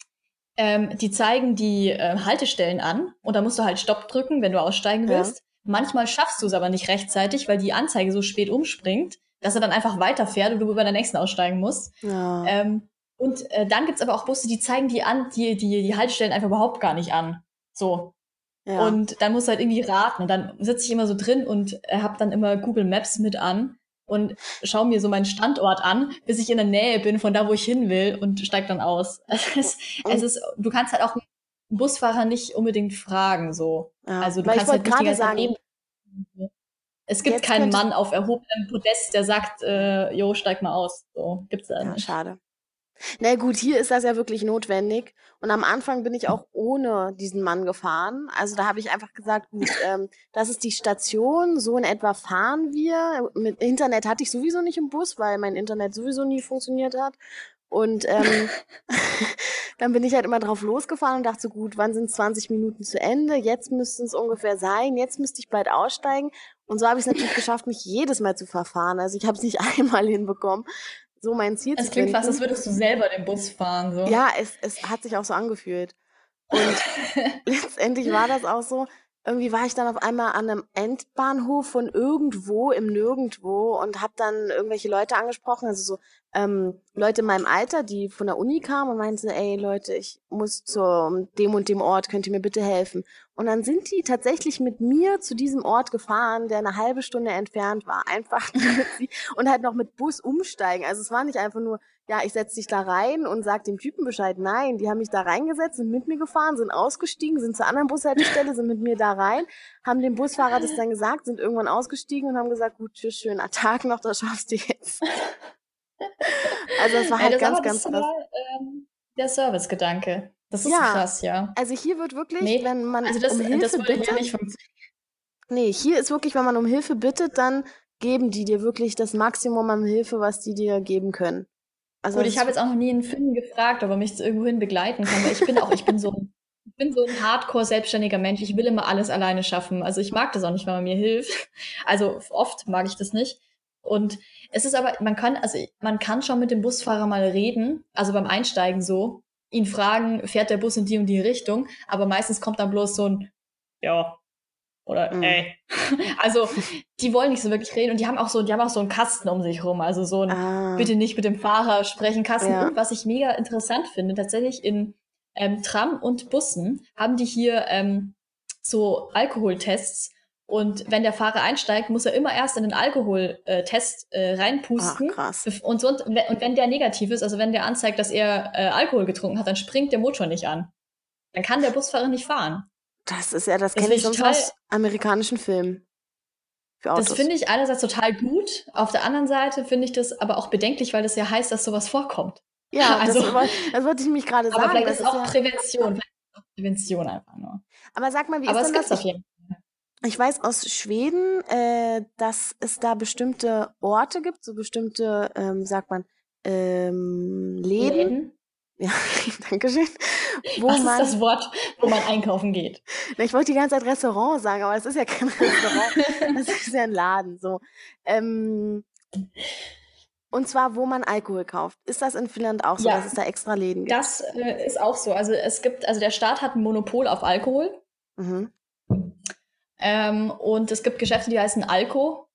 ähm, die zeigen die äh, Haltestellen an und da musst du halt Stopp drücken, wenn du aussteigen Ja. willst. Manchmal schaffst du es aber nicht rechtzeitig, weil die Anzeige so spät umspringt, dass er dann einfach weiterfährt und du bei der nächsten aussteigen musst. Ja. Ähm, Und äh, dann gibt's aber auch Busse, die zeigen die an, die, die, die Haltestellen einfach überhaupt gar nicht an. So. Ja. Und dann musst du halt irgendwie raten. Und dann sitze ich immer so drin und äh, habe dann immer Google Maps mit an und schaue mir so meinen Standort an, bis ich in der Nähe bin von da, wo ich hin will und steig dann aus. Es ist, es ist, du kannst halt auch einen Busfahrer nicht unbedingt fragen, so. Ja. Also du Weil ich kannst halt wollte nicht die gerade ganze Zeit sagen, neben. Es gibt jetzt keinen könnte Mann auf erhobenem Podest, der sagt, äh, jo, steig mal aus. So, gibt's da ja, nicht. schade. Na gut, hier ist das ja wirklich notwendig. Und am Anfang bin ich auch ohne diesen Mann gefahren. Also da habe ich einfach gesagt, gut, ähm, das ist die Station, so in etwa fahren wir. Mit Internet hatte ich sowieso nicht im Bus, weil mein Internet sowieso nie funktioniert hat. Und ähm, dann bin ich halt immer drauf losgefahren und dachte so, gut, wann sind zwanzig Minuten zu Ende? Jetzt müssten es ungefähr sein. Jetzt müsste ich bald aussteigen. Und so habe ich es natürlich geschafft, mich jedes Mal zu verfahren. Also ich habe es nicht einmal hinbekommen, so mein Ziel Es zu klingt finden. fast, als würdest du selber den Bus fahren, so. Ja, es, es hat sich auch so angefühlt. Und letztendlich war das auch so. Irgendwie war ich dann auf einmal an einem Endbahnhof von irgendwo im Nirgendwo und habe dann irgendwelche Leute angesprochen, also so ähm, Leute in meinem Alter, die von der Uni kamen und meinten, ey Leute, ich muss zu dem und dem Ort, könnt ihr mir bitte helfen? Und dann sind die tatsächlich mit mir zu diesem Ort gefahren, der eine halbe Stunde entfernt war, einfach damit sie und halt noch mit Bus umsteigen. Also es war nicht einfach nur, ja, ich setz dich da rein und sag dem Typen Bescheid. Nein, die haben mich da reingesetzt, sind mit mir gefahren, sind ausgestiegen, sind zur anderen Bushaltestelle, sind mit mir da rein, haben dem Busfahrer das dann gesagt, sind irgendwann ausgestiegen und haben gesagt, gut, tschüss, schöner Tag noch, das schaffst du jetzt. Also das war Ja, halt das ganz, aber das ganz ist krass. aber ähm, der Servicegedanke. Das ist Ja, krass, ja. also hier wird wirklich, Nee, wenn man also das, um das Hilfe würde hier bittet, nicht funktionieren. nee, hier ist wirklich, wenn man um Hilfe bittet, dann geben die dir wirklich das Maximum an Hilfe, was die dir geben können. Also Gut, das ich habe ist, jetzt auch noch nie einen Finn gefragt, ob er mich irgendwohin begleiten kann, weil ich bin auch, ich bin so ein, ich bin so ein hardcore selbstständiger Mensch. Ich will immer alles alleine schaffen. Also ich mag das auch nicht, wenn man mir hilft. Also oft mag ich das nicht. Und es ist aber, man kann, also man kann schon mit dem Busfahrer mal reden, also beim Einsteigen so, ihn fragen, fährt der Bus in die und die Richtung, aber meistens kommt dann bloß so ein, ja, oder mm. ey. Also, die wollen nicht so wirklich reden und die haben auch so, die haben auch so einen Kasten um sich rum, also so ein Ah, bitte nicht mit dem Fahrer sprechen Kasten. ja. Und was ich mega interessant finde, tatsächlich in ähm, Tram und Bussen haben die hier ähm, so Alkoholtests und wenn der Fahrer einsteigt, muss er immer erst in den Alkoholtest äh, Ach, reinpusten. krass. Bef- Und, so, und wenn der negativ ist, also wenn der anzeigt, dass er äh, Alkohol getrunken hat, dann springt der Motor nicht an. Dann kann der Busfahrer nicht fahren. Das ist ja, das Das kenne finde ich ich sonst total, aus amerikanischen Filmen für das Autos. finde ich einerseits total gut. Auf der anderen Seite finde ich das aber auch bedenklich, weil das ja heißt, dass sowas vorkommt. Ja, das, Also, woll- das wollte ich mich gerade aber sagen. vielleicht Das ist ist auch ja. Prävention. Vielleicht ist auch Prävention einfach nur. Aber sag mal, wie Aber ist es denn gibt's das? auf Ich, jeden Fall. ich weiß aus Schweden, äh, dass es da bestimmte Orte gibt, so bestimmte, ähm, sagt man, ähm, Läden. Läden. Ja, Dankeschön. Wo Was ist man, das Wort, wo man einkaufen geht? Na, ich wollte die ganze Zeit Restaurant sagen, aber es ist ja kein Restaurant, das ist ja ein Laden, so. Ähm, und zwar, wo man Alkohol kauft. Ist das in Finnland auch so, dass Ja, es da extra Läden gibt? das äh, ist auch so. Also es gibt, also der Staat hat ein Monopol auf Alkohol. Mhm. Ähm, und es gibt Geschäfte, die heißen Alko.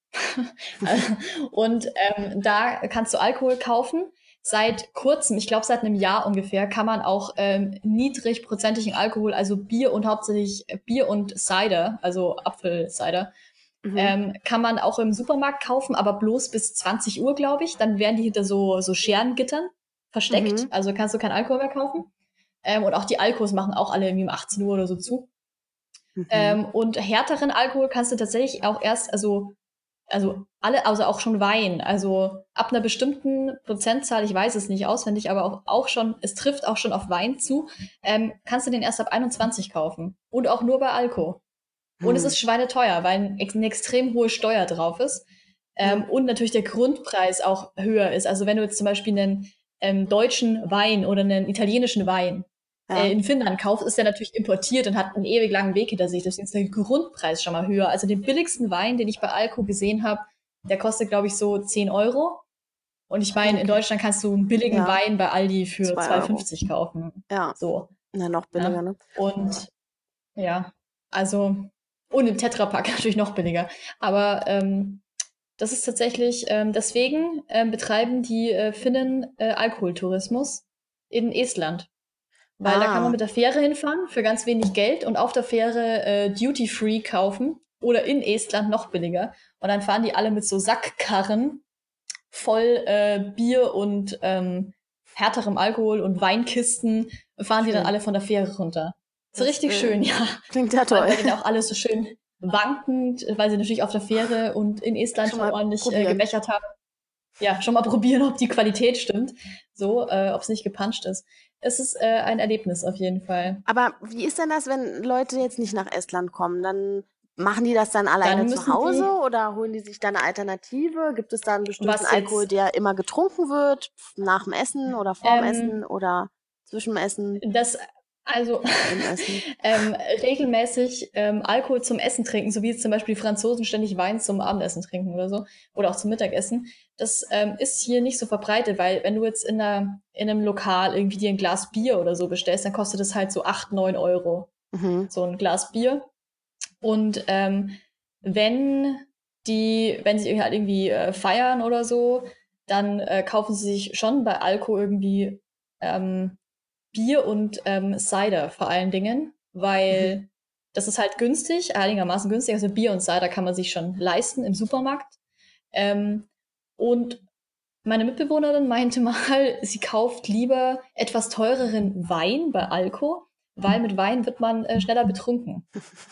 Und ähm, da kannst du Alkohol kaufen. Seit kurzem, ich glaube seit einem Jahr ungefähr, kann man auch ähm, niedrigprozentigen Alkohol, also Bier und hauptsächlich Bier und Cider, also Apfelcider, Mhm. ähm, kann man auch im Supermarkt kaufen, aber bloß bis zwanzig Uhr, glaube ich. Dann werden die hinter so, so Scherengittern versteckt, Mhm. also kannst du keinen Alkohol mehr kaufen. Ähm, und auch die Alkos machen auch alle irgendwie um achtzehn Uhr oder so zu. Mhm. Ähm, und härteren Alkohol kannst du tatsächlich auch erst, also, also alle, also auch schon Wein, also ab einer bestimmten Prozentzahl, ich weiß es nicht auswendig, aber auch, auch schon, es trifft auch schon auf Wein zu, ähm, kannst du den erst ab einundzwanzig kaufen. Und auch nur bei Alko. Und es Hm. ist schweineteuer, weil ein, eine extrem hohe Steuer drauf ist. Ähm, Ja. Und natürlich der Grundpreis auch höher ist. Also wenn du jetzt zum Beispiel einen ähm, deutschen Wein oder einen italienischen Wein Ja. äh, in Finnland kaufst, ist der natürlich importiert und hat einen ewig langen Weg hinter sich. Deswegen ist der Grundpreis schon mal höher. Also den billigsten Wein, den ich bei Alko gesehen habe, der kostet, glaube ich, so zehn Euro. Und ich meine, in Okay. Deutschland kannst du einen billigen Ja. Wein bei Aldi für Zwei zwei Euro. fünfzig kaufen. Ja. So. Na, noch billiger, Ja. ne? Und ja, also und im Tetrapack natürlich noch billiger. Aber ähm, das ist tatsächlich, ähm, deswegen ähm, betreiben die äh, Finnen äh, Alkoholtourismus. in Estland. Weil da kann Ah. man mit der Fähre hinfahren für ganz wenig Geld und auf der Fähre äh, Duty-Free kaufen oder in Estland noch billiger. Und dann fahren die alle mit so Sackkarren voll äh, Bier und ähm, härterem Alkohol und Weinkisten, fahren die dann Schön. alle von der Fähre runter. So Das, richtig äh, schön, ja. Klingt ja Vor allem, toll. weil die auch alles so schön wankend, weil sie natürlich auf der Fähre und in Estland Schon schon mal ordentlich äh, probieren. gebechert haben. Ja, schon mal probieren, ob die Qualität stimmt. So, äh, ob es nicht gepanscht ist. Es ist äh, ein Erlebnis auf jeden Fall. Aber wie ist denn das, wenn Leute jetzt nicht nach Estland kommen? Dann machen die das dann alleine Dann zu müssen Hause die, oder holen die sich dann eine Alternative? Gibt es da einen bestimmten was Alkohol, jetzt, der immer getrunken wird, nach dem Essen oder vorm ähm, Essen oder zwischen dem Essen, das, also im Essen? ähm, regelmäßig ähm, Alkohol zum Essen trinken, so wie jetzt zum Beispiel die Franzosen ständig Wein zum Abendessen trinken oder so, oder auch zum Mittagessen, das ähm, ist hier nicht so verbreitet, weil wenn du jetzt in, einer, in einem Lokal irgendwie dir ein Glas Bier oder so bestellst, dann kostet das halt so acht, neun Euro, Mhm. so ein Glas Bier. Und ähm, wenn die, wenn sie halt irgendwie äh, feiern oder so, dann äh, kaufen sie sich schon bei Alko irgendwie ähm, Bier und ähm, Cider vor allen Dingen, weil Mhm. das ist halt günstig, einigermaßen günstig. Also Bier und Cider kann man sich schon leisten im Supermarkt. Ähm, und meine Mitbewohnerin meinte mal, sie kauft lieber etwas teureren Wein bei Alko, weil mit Wein wird man äh, schneller betrunken.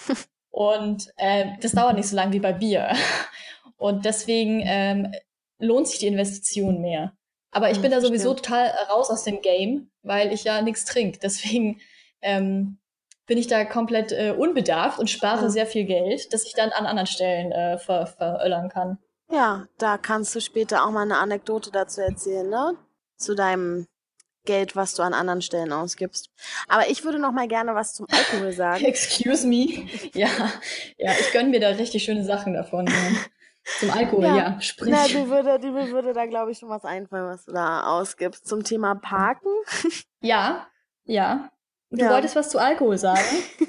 Und äh, das dauert nicht so lange wie bei Bier. Und deswegen ähm, lohnt sich die Investition mehr. Aber ich Ja, bin da sowieso verstehe. total raus aus dem Game, weil ich ja nichts trinke. Deswegen ähm, bin ich da komplett äh, unbedarft und spare Ja. sehr viel Geld, das ich dann an anderen Stellen äh, ver veröllern kann. Ja, da kannst du später auch mal eine Anekdote dazu erzählen, ne? Zu deinem Geld, was du an anderen Stellen ausgibst. Aber ich würde noch mal gerne was zum Alkohol sagen. Excuse me. Ja, ja, ich gönn mir da richtig schöne Sachen davon. Ja. Zum Alkohol, Ja, ja, na, sprich. dir würde, dir würde da, glaube ich, schon was einfallen, was du da ausgibst. Zum Thema Parken. Ja, ja. Du Ja. wolltest was zu Alkohol sagen?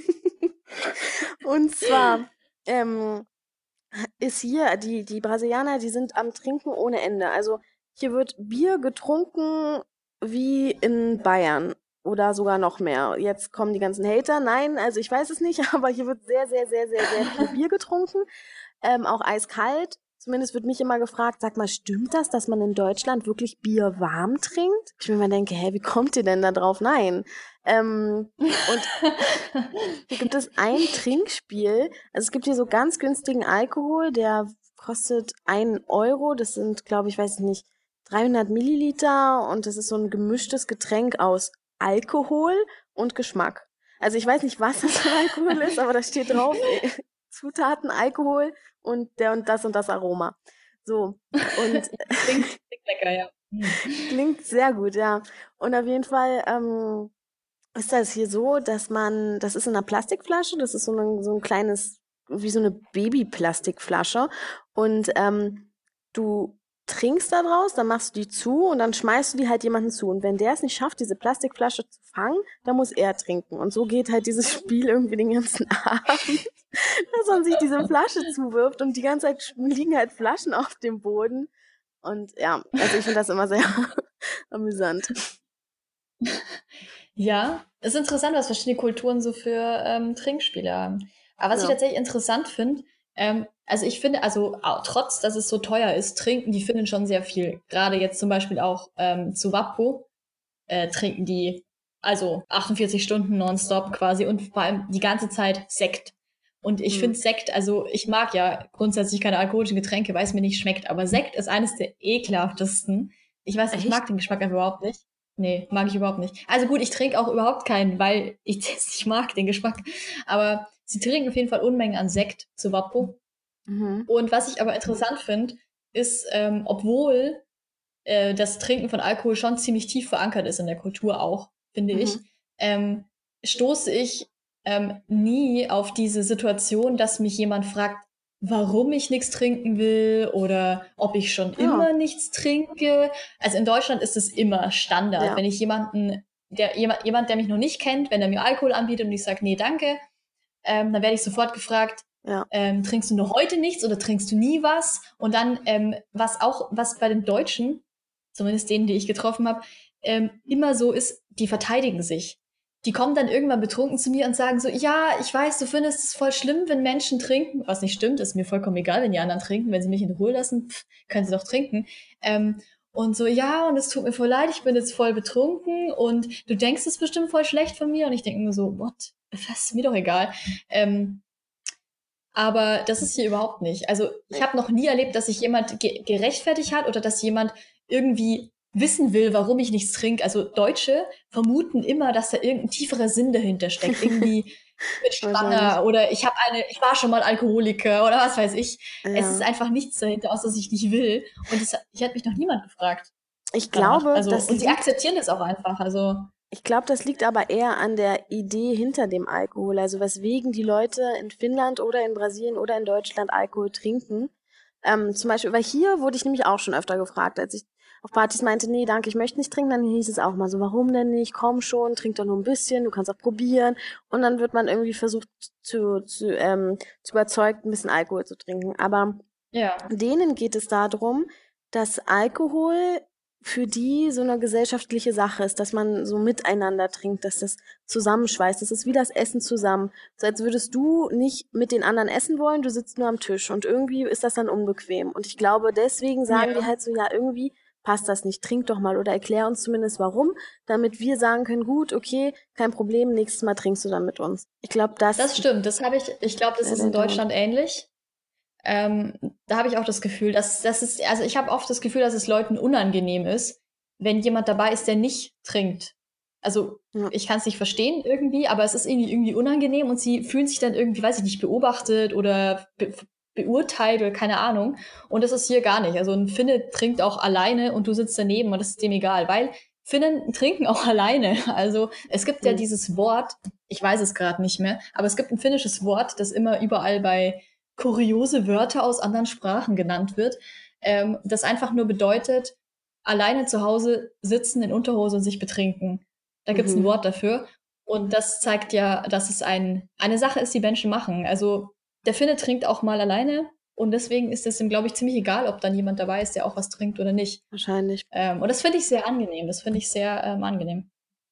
Und zwar ähm, ist hier, die, die Brasilianer, die sind am Trinken ohne Ende. Also hier wird Bier getrunken wie in Bayern oder sogar noch mehr. Jetzt kommen die ganzen Hater. Nein, also ich weiß es nicht, aber hier wird sehr, sehr, sehr, sehr, sehr viel Bier getrunken. Ähm, auch eiskalt. Zumindest wird mich immer gefragt, sag mal, stimmt das, dass man in Deutschland wirklich Bier warm trinkt? Ich mir immer denke, hä, wie kommt ihr denn da drauf? Nein. Ähm, und hier gibt es ein Trinkspiel. Also es gibt hier so ganz günstigen Alkohol, der kostet ein Euro. Das sind, glaube ich, weiß ich nicht, dreihundert Milliliter und das ist so ein gemischtes Getränk aus Alkohol und Geschmack. Also ich weiß nicht, was das für ein Alkohol ist, aber da steht drauf, äh, Zutaten, Alkohol und der und das und das Aroma. So. Und Klingt, klingt lecker, ja. Hm. klingt sehr gut, ja. Und auf jeden Fall ähm, ist das hier so, dass man, das ist in einer Plastikflasche, das ist so ein, so ein kleines, wie so eine Babyplastikflasche. Und ähm, du trinkst da draus, dann machst du die zu und dann schmeißt du die halt jemanden zu. Und wenn der es nicht schafft, diese Plastikflasche zu fangen, dann muss er trinken. Und so geht halt dieses Spiel irgendwie den ganzen Abend, dass man sich diese Flasche zuwirft und die ganze Zeit liegen halt Flaschen auf dem Boden. Und ja, also ich finde das immer sehr amüsant. Ja, es ist interessant, was verschiedene Kulturen so für ähm, Trinkspiele haben. Aber was ich Ja. tatsächlich interessant finde, ähm, also ich finde, also au- trotz, dass es so teuer ist, trinken die Finnen schon sehr viel. Gerade jetzt zum Beispiel auch ähm, zu Wappo äh, trinken die also achtundvierzig Stunden nonstop quasi und vor allem die ganze Zeit Sekt. Und ich Hm. finde Sekt, also ich mag ja grundsätzlich keine alkoholischen Getränke, weil es mir nicht schmeckt, aber Sekt ist eines der ekelhaftesten. Ich weiß, ich Echt? mag den Geschmack einfach überhaupt nicht. Nee, mag ich überhaupt nicht. Also gut, ich trinke auch überhaupt keinen, weil ich das nicht mag, den Geschmack. Aber sie trinken auf jeden Fall Unmengen an Sekt zu Wappo. Mhm. Und was ich aber interessant finde, ist, ähm, obwohl äh, das Trinken von Alkohol schon ziemlich tief verankert ist in der Kultur auch, finde ich, Mhm. ähm, stoße ich ähm, nie auf diese Situation, dass mich jemand fragt, warum ich nichts trinken will oder ob ich schon Ja. immer nichts trinke. Also in Deutschland ist es immer Standard. Ja. Wenn ich jemanden, der jemand, jemand, der mich noch nicht kennt, wenn er mir Alkohol anbietet und ich sage, nee, danke, ähm, dann werde ich sofort gefragt, Ja. ähm, trinkst du nur heute nichts oder trinkst du nie was? Und dann, ähm, was auch, was bei den Deutschen zumindest denen, die ich getroffen habe, ähm, immer so ist, die verteidigen sich. Die kommen dann irgendwann betrunken zu mir und sagen so, ja, ich weiß, du findest es voll schlimm, wenn Menschen trinken. Was nicht stimmt, ist mir vollkommen egal, wenn die anderen trinken. Wenn sie mich in Ruhe lassen, pff, können sie doch trinken. Ähm, und so, ja, und es tut mir voll leid, ich bin jetzt voll betrunken und du denkst es bestimmt voll schlecht von mir. Und ich denke mir so, what? Das ist mir doch egal. Ähm, aber das ist hier überhaupt nicht. Also ich habe noch nie erlebt, dass sich jemand ge gerechtfertigt hat oder dass jemand irgendwie wissen will, warum ich nichts trinke. Also Deutsche vermuten immer, dass da irgendein tieferer Sinn dahinter steckt. Irgendwie mit schwanger oder ich habe eine, ich war schon mal Alkoholiker oder was weiß ich. Ja. Es ist einfach nichts dahinter, außer dass ich nicht will. Und das, ich hat mich noch niemand gefragt. Ich danach. glaube, also, das und sie liegt, akzeptieren das auch einfach. Also ich glaube, das liegt aber eher an der Idee hinter dem Alkohol. Also weswegen die Leute in Finnland oder in Brasilien oder in Deutschland Alkohol trinken. Ähm, zum Beispiel, weil hier wurde ich nämlich auch schon öfter gefragt, als ich auf Partys meinte, nee, danke, ich möchte nicht trinken, dann hieß es auch mal so, warum denn nicht? Komm schon, trink doch nur ein bisschen, du kannst auch probieren. Und dann wird man irgendwie versucht zu, zu, ähm, zu überzeugen, ein bisschen Alkohol zu trinken. Aber ja. denen geht es darum, dass Alkohol für die so eine gesellschaftliche Sache ist, dass man so miteinander trinkt, dass das zusammenschweißt. Das ist wie das Essen zusammen. So als würdest du nicht mit den anderen essen wollen, du sitzt nur am Tisch und irgendwie ist das dann unbequem. Und ich glaube, deswegen sagen Ja. die halt so, ja, irgendwie passt das nicht, trink doch mal oder erklär uns zumindest warum, damit wir sagen können, gut, okay, kein Problem, nächstes Mal trinkst du dann mit uns. Ich glaube, das... Das stimmt, das habe ich, ich glaube, das Ja, ist in der Deutschland ähnlich. Ähm, da habe ich auch das Gefühl, dass das ist, also ich habe oft das Gefühl, dass es Leuten unangenehm ist, wenn jemand dabei ist, der nicht trinkt. Also Ja. ich kann es nicht verstehen irgendwie, aber es ist irgendwie, irgendwie unangenehm und sie fühlen sich dann irgendwie, weiß ich nicht, beobachtet oder be beurteilt oder keine Ahnung. Und das ist hier gar nicht. Also ein Finne trinkt auch alleine und du sitzt daneben und das ist dem egal, weil Finnen trinken auch alleine. Also es gibt ja Hm. dieses Wort, ich weiß es gerade nicht mehr, aber es gibt ein finnisches Wort, das immer überall bei kuriose Wörter aus anderen Sprachen genannt wird, ähm, das einfach nur bedeutet, alleine zu Hause sitzen in Unterhose und sich betrinken. Da gibt's ein Mhm. Wort dafür. Und das zeigt ja, dass es ein, eine Sache ist, die Menschen machen. Also der Finne trinkt auch mal alleine und deswegen ist es ihm, glaube ich, ziemlich egal, ob dann jemand dabei ist, der auch was trinkt oder nicht. Wahrscheinlich. Ähm, und das finde ich sehr angenehm. Das finde ich sehr ähm, angenehm.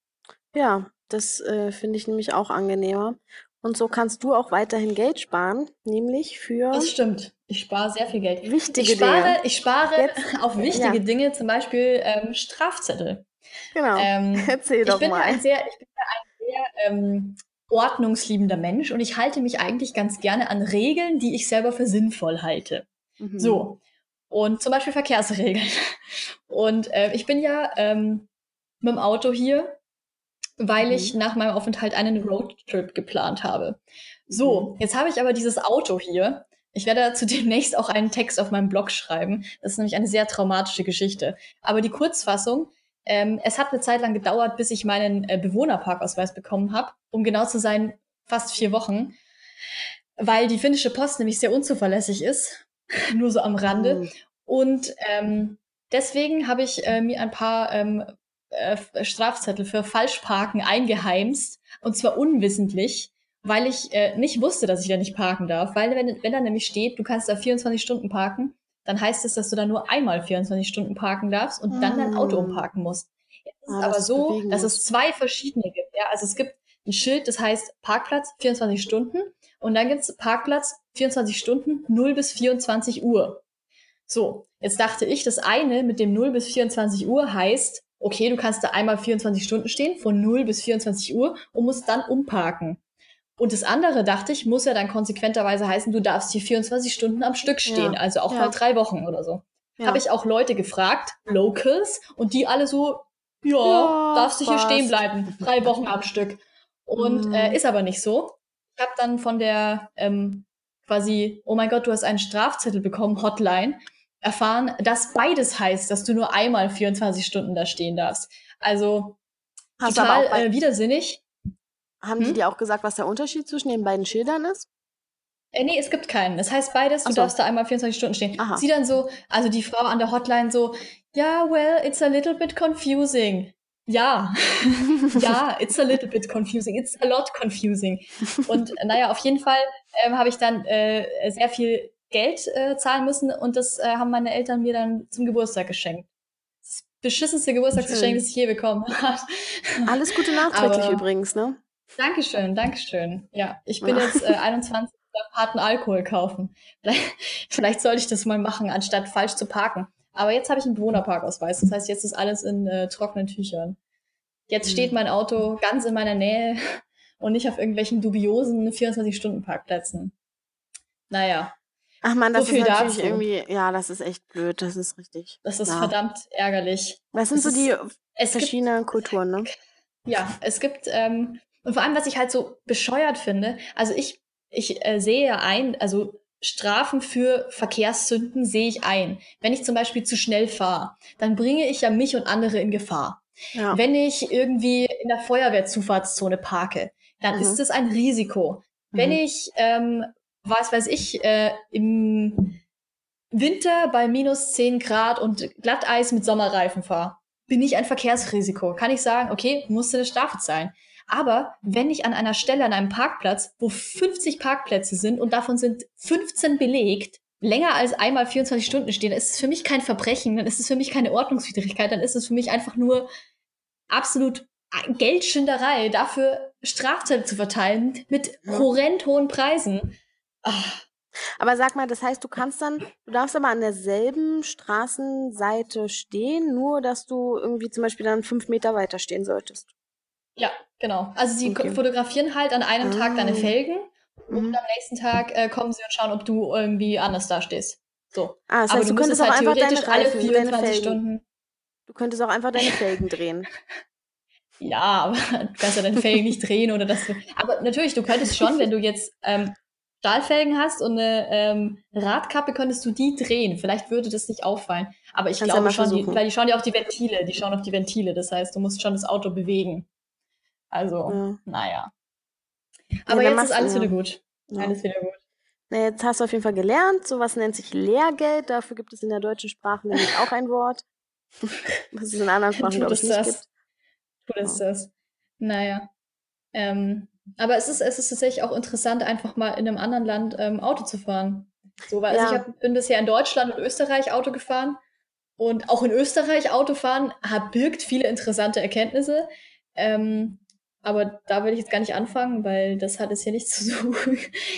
Ja, das äh, finde ich nämlich auch angenehmer. Und so kannst du auch weiterhin Geld sparen, nämlich für Das stimmt. Ich spare sehr viel Geld. wichtige Ich spare, Dinge. ich spare Jetzt, auf wichtige ja, Dinge, zum Beispiel ähm, Strafzettel. genau. Ähm, Erzähl ich doch bin ja mal. ein sehr, ich bin ja ein sehr ähm, ordnungsliebender Mensch und ich halte mich eigentlich ganz gerne an Regeln, die ich selber für sinnvoll halte. Mhm. So. Und zum Beispiel Verkehrsregeln. Und äh, ich bin ja ähm, mit dem Auto hier, weil Mhm. ich nach meinem Aufenthalt einen Roadtrip geplant habe. So, jetzt habe ich aber dieses Auto hier. Ich werde dazu demnächst auch einen Text auf meinem Blog schreiben. Das ist nämlich eine sehr traumatische Geschichte. Aber die Kurzfassung, ähm, es hat eine Zeit lang gedauert, bis ich meinen äh, Bewohnerparkausweis bekommen habe. Um genau zu sein, fast vier Wochen. Weil die finnische Post nämlich sehr unzuverlässig ist. Nur so am Rande. Mhm. Und ähm, deswegen habe ich äh, mir ein paar ähm, äh, Strafzettel für Falschparken eingeheimst. Und zwar unwissentlich, weil ich äh, nicht wusste, dass ich da nicht parken darf. Weil wenn, wenn da nämlich steht, du kannst da vierundzwanzig Stunden parken, dann heißt es, dass du da nur einmal vierundzwanzig Stunden parken darfst und dann dein Auto Mhm. umparken musst. Jetzt ist Ah, es aber dass es so, bewegen dass muss. es zwei verschiedene gibt. Ja? Also es gibt ein Schild, das heißt Parkplatz vierundzwanzig Stunden und dann gibt's Parkplatz vierundzwanzig Stunden null bis vierundzwanzig Uhr. So, jetzt dachte ich, das eine mit dem null bis vierundzwanzig Uhr heißt, okay, du kannst da einmal vierundzwanzig Stunden stehen, von null bis vierundzwanzig Uhr und musst dann umparken. Und das andere, dachte ich, muss ja dann konsequenterweise heißen, du darfst hier vierundzwanzig Stunden am Stück stehen, Ja, also auch ja, mal drei Wochen oder so. ja. Habe ich auch Leute gefragt, Locals, und die alle so, ja, Ja, darfst du hier stehen passt. bleiben, drei Wochen am Stück. Und äh, Mhm. ist aber nicht so. Ich habe dann von der ähm, quasi, oh mein Gott, du hast einen Strafzettel bekommen, Hotline, erfahren, dass beides heißt, dass du nur einmal vierundzwanzig Stunden da stehen darfst. Also Hast du aber total auch bei, äh, widersinnig. haben die Hm? dir auch gesagt, was der Unterschied zwischen den beiden Schildern ist? Äh, nee, es gibt keinen. Das heißt beides, du Ach so. darfst da einmal vierundzwanzig Stunden stehen. Aha. Sie dann so, also die Frau an der Hotline so, ja, well, it's a little bit confusing. Ja, ja, it's a little bit confusing. It's a lot confusing. Und äh, naja, auf jeden Fall ähm, habe ich dann äh, sehr viel Geld äh, zahlen müssen und das äh, haben meine Eltern mir dann zum Geburtstag geschenkt. Das beschissenste Geburtstagsgeschenk, das ich je bekommen habe. Alles Gute nachträglich Aber übrigens, ne? Dankeschön, Dankeschön. Ja, ich bin jetzt äh, einundzwanzig, darf harten Alkohol kaufen. Vielleicht, vielleicht sollte ich das mal machen, anstatt falsch zu parken. Aber jetzt habe ich einen Bewohnerparkausweis. Das heißt, jetzt ist alles in äh, trockenen Tüchern. Jetzt steht mein Auto ganz in meiner Nähe und nicht auf irgendwelchen dubiosen vierundzwanzig-Stunden-Parkplätzen. Naja, Ach man, so das ist viel natürlich dazu. irgendwie, ja, das ist echt blöd, das ist richtig. Das ist ja. verdammt ärgerlich. Was sind Es so ist- die Es gibt, verschiedenen Kulturen, ne? ja, es gibt, ähm, und vor allem, was ich halt so bescheuert finde, also ich, ich äh, sehe ja ein, also Strafen für Verkehrssünden sehe ich ein. Wenn ich zum Beispiel zu schnell fahre, dann bringe ich ja mich und andere in Gefahr. Ja. Wenn ich irgendwie in der Feuerwehrzufahrtszone parke, dann Mhm. ist das ein Risiko. Wenn Mhm. ich, ähm, was weiß ich, äh, im Winter bei minus zehn Grad und Glatteis mit Sommerreifen fahre, bin ich ein Verkehrsrisiko. Kann ich sagen, okay, musste eine Strafe zahlen. Aber wenn ich an einer Stelle, an einem Parkplatz, wo fünfzig Parkplätze sind und davon sind fünfzehn belegt, länger als einmal vierundzwanzig Stunden stehen, dann ist es für mich kein Verbrechen, dann ist es für mich keine Ordnungswidrigkeit, dann ist es für mich einfach nur absolut Geldschinderei, dafür Strafzettel zu verteilen mit horrend hohen Preisen. Ach, Aber sag mal, das heißt, du kannst dann, du darfst aber an derselben Straßenseite stehen, nur dass du irgendwie zum Beispiel dann fünf Meter weiter stehen solltest. ja, genau. Also sie Okay. fotografieren halt an einem Tag deine Ah. Felgen und Mhm. am nächsten Tag äh, kommen sie und schauen, ob du irgendwie anders dastehst. So. Ah, das Aber heißt, du du könntest müsstest auch halt einfach deine theoretisch alle Reifen, deine vierundzwanzig Felgen, Stunden. du könntest auch einfach deine Felgen drehen. Ja, aber du kannst ja deine Felgen nicht drehen oder das. Aber natürlich, du könntest schon, wenn du jetzt ähm, Stahlfelgen hast und eine ähm, Radkappe, könntest du die drehen. Vielleicht würde das nicht auffallen. Aber ich Kannst ja glaube mal schon, die, versuchen. weil die schauen ja auf die Ventile, die schauen auf die Ventile. Das heißt, du musst schon das Auto bewegen. Also, Ja. naja. Ja, Aber dann jetzt machst ist du- alles ja. wieder gut. Ja. Alles wieder gut. Na, jetzt hast du auf jeden Fall gelernt, sowas nennt sich Lehrgeld, dafür gibt es in der deutschen Sprache nämlich auch ein Wort, was es in anderen Sprachen, Tut glaube es ich, nicht das. gibt. Tut es Ja. das. Naja. Ähm, aber es ist, es ist tatsächlich auch interessant, einfach mal in einem anderen Land ähm, Auto zu fahren. So, weil, also Ja. ich hab, bin bisher in Deutschland und Österreich Auto gefahren. Und auch in Österreich Autofahren hat, birgt viele interessante Erkenntnisse. Ähm, aber da will ich jetzt gar nicht anfangen, weil das hat es hier nichts zu suchen.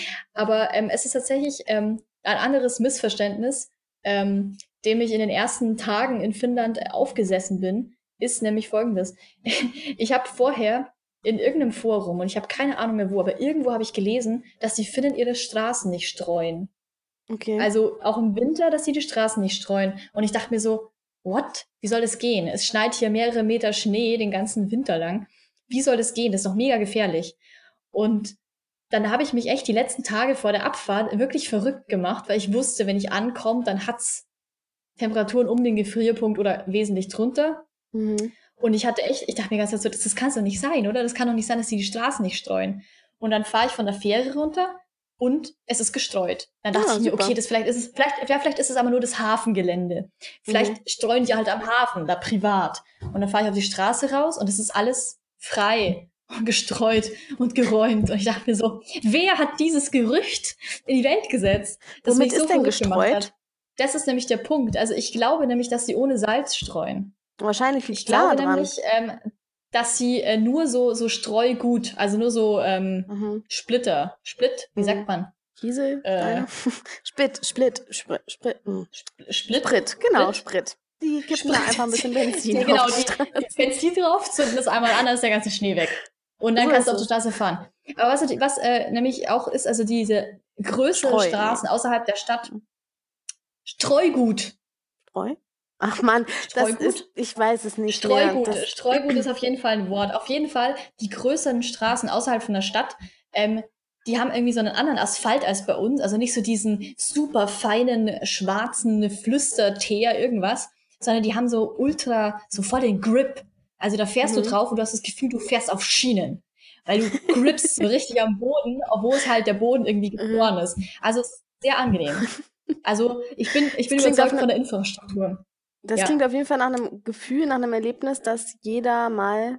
Aber ähm, es ist tatsächlich ähm, ein anderes Missverständnis, ähm, dem ich in den ersten Tagen in Finnland aufgesessen bin, ist nämlich folgendes. Ich habe vorher in irgendeinem Forum, und ich habe keine Ahnung mehr wo, aber irgendwo habe ich gelesen, dass die Finnen ihre Straßen nicht streuen. Okay. Also auch im Winter, dass sie die Straßen nicht streuen. Und ich dachte mir so, what? Wie soll das gehen? Es schneit hier mehrere Meter Schnee den ganzen Winter lang. Wie soll das gehen? Das ist doch mega gefährlich. Und dann habe ich mich echt die letzten Tage vor der Abfahrt wirklich verrückt gemacht, weil ich wusste, wenn ich ankomme, dann hat's Temperaturen um den Gefrierpunkt oder wesentlich drunter. Mhm. Und ich hatte echt, ich dachte mir ganz so, das, das kann doch nicht sein, oder? Das kann doch nicht sein, dass sie die Straßen nicht streuen. Und dann fahre ich von der Fähre runter und es ist gestreut. Dann dachte Ah, ich mir, super. okay, das vielleicht ist es, vielleicht, ja, vielleicht ist es aber nur das Hafengelände. Vielleicht Mhm. streuen die halt am Hafen, da privat. Und dann fahre ich auf die Straße raus und es ist alles frei und gestreut und geräumt. Und ich dachte mir so, wer hat dieses Gerücht in die Welt gesetzt? Das Womit mich so ist denn verrückt gemacht gestreut? hat. Das ist nämlich der Punkt. Also ich glaube nämlich, dass sie ohne Salz streuen. Wahrscheinlich viel Ich glaube dran. nämlich, ähm, dass sie äh, nur so, so Streugut, also nur so ähm, Mhm. Splitter, Split, wie Mhm. sagt man? Kiesel? Äh. Steine? Split, Split, Sprit, Sprit, hm. Split? Sprit, genau, Sprit? Sprit. Die kippen da Sprit. einfach ein bisschen Benzin Ja, genau, auf die die, Straße. die Benzin drauf, zünden das einmal an, dann ist der ganze Schnee weg. Und dann So kannst du ist auf die es. Straße fahren. Aber was, was äh, nämlich auch ist, also diese größere Streu, Straßen außerhalb der Stadt, Streugut. Streu? Ach man, das Streugut? ist, ich weiß es nicht mehr. Streugut. Das, Streugut ist auf jeden Fall ein Wort. Auf jeden Fall die größeren Straßen außerhalb von der Stadt, ähm, die haben irgendwie so einen anderen Asphalt als bei uns. Also nicht so diesen super feinen, schwarzen Flüsterteer irgendwas, sondern die haben so ultra, so voll den Grip. Also da fährst Mhm. du drauf und du hast das Gefühl, du fährst auf Schienen. Weil du grippst so richtig am Boden, obwohl es halt der Boden irgendwie gefroren ist. Also es ist sehr angenehm. Also ich bin, ich bin Das klingt überzeugt auf von der Infrastruktur. das Ja. klingt auf jeden Fall nach einem Gefühl, nach einem Erlebnis, das jeder mal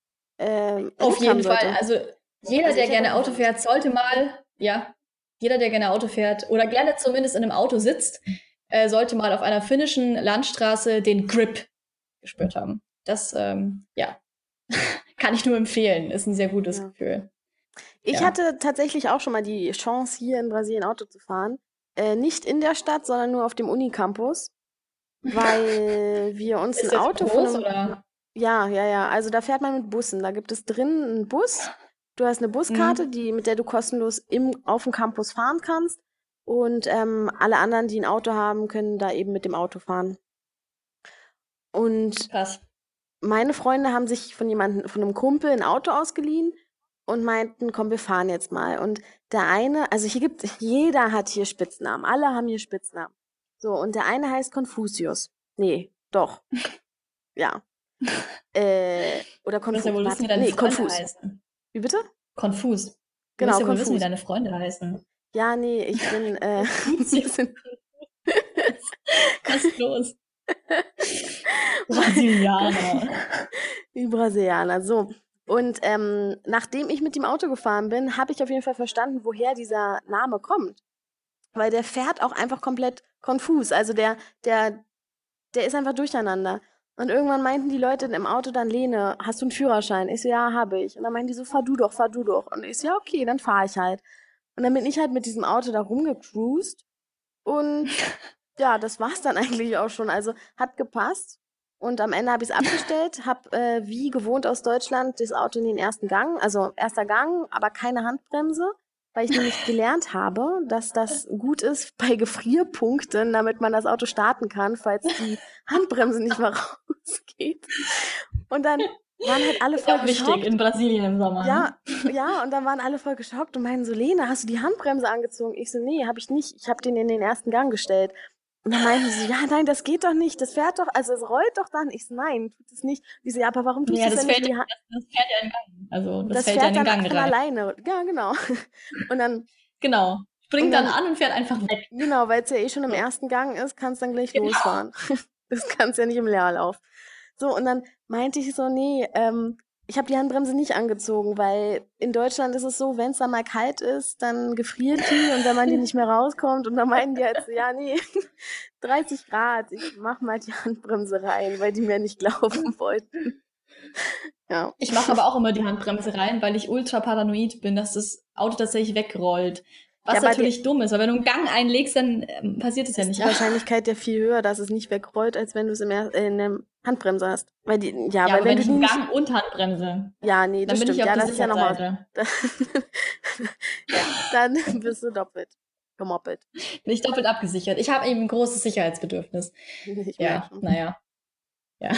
ähm, Auf erlebt haben jeden Fall. sollte. Also jeder, Also der ich gerne habe- Auto fährt, sollte mal, ja, jeder, der gerne Auto fährt oder gerne zumindest in einem Auto sitzt, äh, sollte mal auf einer finnischen Landstraße den Grip gespürt haben. Das, ähm, ja, kann ich nur empfehlen. Ist ein sehr gutes Ja. Gefühl. Ich Ja. hatte tatsächlich auch schon mal die Chance, hier in Brasilien Auto zu fahren. Äh, nicht in der Stadt, sondern nur auf dem Unicampus, weil wir uns Ist ein der so Auto von groß einem... oder? Ja, ja, ja. Also da fährt man mit Bussen. Da gibt es drin einen Bus. Du hast eine Buskarte, Mhm. die, mit der du kostenlos im, auf dem Campus fahren kannst. Und ähm, alle anderen, die ein Auto haben, können da eben mit dem Auto fahren. Und Krass. meine Freunde haben sich von jemandem, von einem Kumpel ein Auto ausgeliehen und meinten, komm, wir fahren jetzt mal. Und der eine, also hier gibt, jeder hat hier Spitznamen. Alle haben hier Spitznamen. So, und der eine heißt Confucius. Nee, doch. Ja. Äh, oder Du musst Konfus. ja wohl wissen, Warte, wie deine nee, Freunde Konfus. heißen. Wie bitte? Konfus. Du Genau, musst ja wohl wissen, wie konfus. deine Freunde heißen. Ja, nee, ich bin, äh, Konfuzius. bisschen- Was ist los? Brasilianer. die Brasilianer, so. Und ähm, nachdem ich mit dem Auto gefahren bin, habe ich auf jeden Fall verstanden, woher dieser Name kommt. Weil der fährt auch einfach komplett konfus. Also der, der, der ist einfach durcheinander. Und irgendwann meinten die Leute im Auto dann, Lene, hast du einen Führerschein? Ich so, ja, habe ich. Und dann meinten die so, fahr du doch, fahr du doch. Und ich so, ja, okay, dann fahre ich halt. Und dann bin ich halt mit diesem Auto da rumgecruised. Und ja, das war's dann eigentlich auch schon. Also hat gepasst. Und am Ende habe ich es abgestellt, habe äh, wie gewohnt aus Deutschland das Auto in den ersten Gang, also erster Gang, aber keine Handbremse, weil ich nämlich gelernt habe, dass das gut ist bei Gefrierpunkten, damit man das Auto starten kann, falls die Handbremse nicht mehr rausgeht. Und dann waren halt alle Ist voll auch wichtig geschockt. in Brasilien im Sommer. Ja, Ne? ja, und dann waren alle voll geschockt und meinen so, Lena, hast du die Handbremse angezogen? Ich so, nee, habe ich nicht. Ich habe den in den ersten Gang gestellt. Und dann meinten sie so, ja, nein, das geht doch nicht. Das fährt doch, also es rollt doch dann. Ich so, nein, tut es nicht. Die so, ja, aber warum tust Ja, du es das denn nicht fällt, in die Hand? das, das fährt ja in den Gang. Also das, Das fällt ja in fährt den dann Gang von rein. alleine. Ja, genau. Und dann, Genau. Springt Und dann dann- an und fährt einfach weg. genau, weil es ja eh schon im So. ersten Gang ist, kannst dann gleich Genau. losfahren. Das kannst ja nicht im Leerlauf. So, und dann meinte ich so, nee, ähm, ich habe die Handbremse nicht angezogen, weil in Deutschland ist es so, wenn es dann mal kalt ist, dann gefriert die und wenn man die nicht mehr rauskommt und dann meinen die halt so, ja, nee, dreißig Grad, ich mach mal die Handbremse rein, weil die mir nicht glauben wollten. Ja. Ich mache aber auch immer die Handbremse rein, weil ich ultra paranoid bin, dass das Auto tatsächlich wegrollt. Was Ja, aber natürlich dumm ist, weil wenn du einen Gang einlegst, dann ähm, passiert es ja ist nicht. die Wahrscheinlichkeit ja viel höher, dass es nicht wegrollt, als wenn du es im er äh, in der Handbremse hast. Weil die, ja, Ja, weil aber wenn wenn du ich die einen nicht, Gang und Handbremse, ja, nee, dann das bin stimmt, ich auf ja, der das ist ja nochmal, Sicherheitsseite. ja, dann bist du doppelt gemoppelt. Bin ich doppelt abgesichert. Ich habe eben ein großes Sicherheitsbedürfnis. Ich Ja, merk schon. naja. Ja.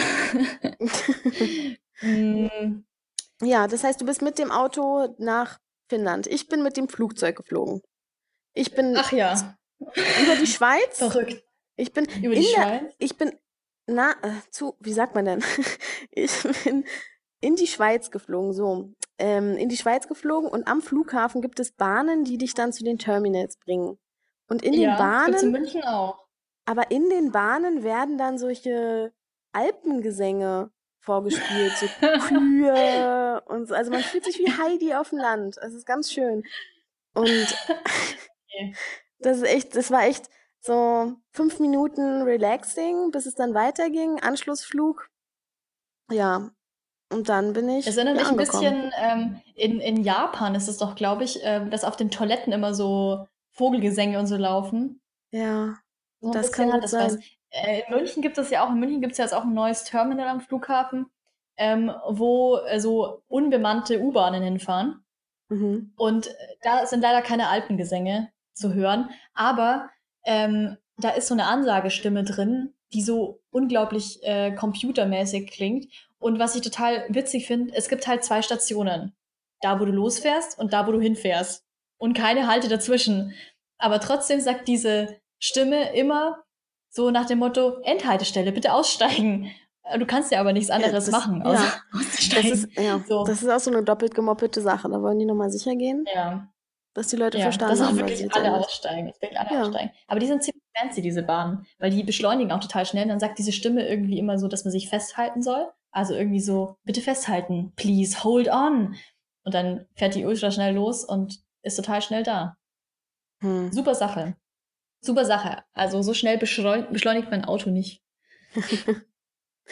Mm, Ja, das heißt, du bist mit dem Auto nach Finnland. Ich bin mit dem Flugzeug geflogen. Ich bin Ach ja, über die Schweiz. verrückt. Ich bin Über in die der, Schweiz? ich bin na äh, zu, wie sagt man denn? Ich bin in die Schweiz geflogen, so. Ähm, in die Schweiz geflogen und am Flughafen gibt es Bahnen, die dich dann zu den Terminals bringen. Und in den Ja, gibt's in Bahnen, München auch. aber in den Bahnen werden dann solche Alpengesänge vorgespielt, so Kühe und so. Also man fühlt sich wie Heidi auf dem Land. Es ist ganz schön. Und Okay. das ist echt, das war echt so fünf Minuten relaxing, bis es dann weiterging. Anschlussflug. Ja. Und dann bin ich Das erinnert hier mich ein angekommen. bisschen, ähm, in, in Japan ist es doch, glaube ich, ähm, dass auf den Toiletten immer so Vogelgesänge und so laufen. Ja, So ein das bisschen kann hat gut das was. sein. Äh, in München gibt es ja auch, in München gibt es ja jetzt auch ein neues Terminal am Flughafen, ähm, wo äh, so unbemannte U-Bahnen hinfahren. Mhm. Und äh, da sind leider keine Alpengesänge zu hören, aber ähm, da ist so eine Ansagestimme drin, die so unglaublich äh, computermäßig klingt. Und was ich total witzig finde, es gibt halt zwei Stationen. Da, wo du losfährst und da, wo du hinfährst. Und keine Halte dazwischen. Aber trotzdem sagt diese Stimme immer so nach dem Motto, Endhaltestelle, bitte aussteigen. Äh, Du kannst ja aber nichts Ja, anderes das, machen, außer ja, das auszusteigen. ist, ja, So, das ist auch so eine doppelt gemoppelte Sache. Da wollen die nochmal sicher gehen, ja. dass die Leute Ja, dass verstanden auch haben, was wirklich jetzt alle ändert. aussteigen, dass wirklich alle Ja. aussteigen. Aber die sind ziemlich fancy, diese Bahnen, weil die beschleunigen auch total schnell. Und dann sagt diese Stimme irgendwie immer so, dass man sich festhalten soll. Also irgendwie so, bitte festhalten, please hold on. Und dann fährt die ultra schnell los und ist total schnell da. Hm. Super Sache. Super Sache. Also so schnell beschleun- beschleunigt mein Auto nicht.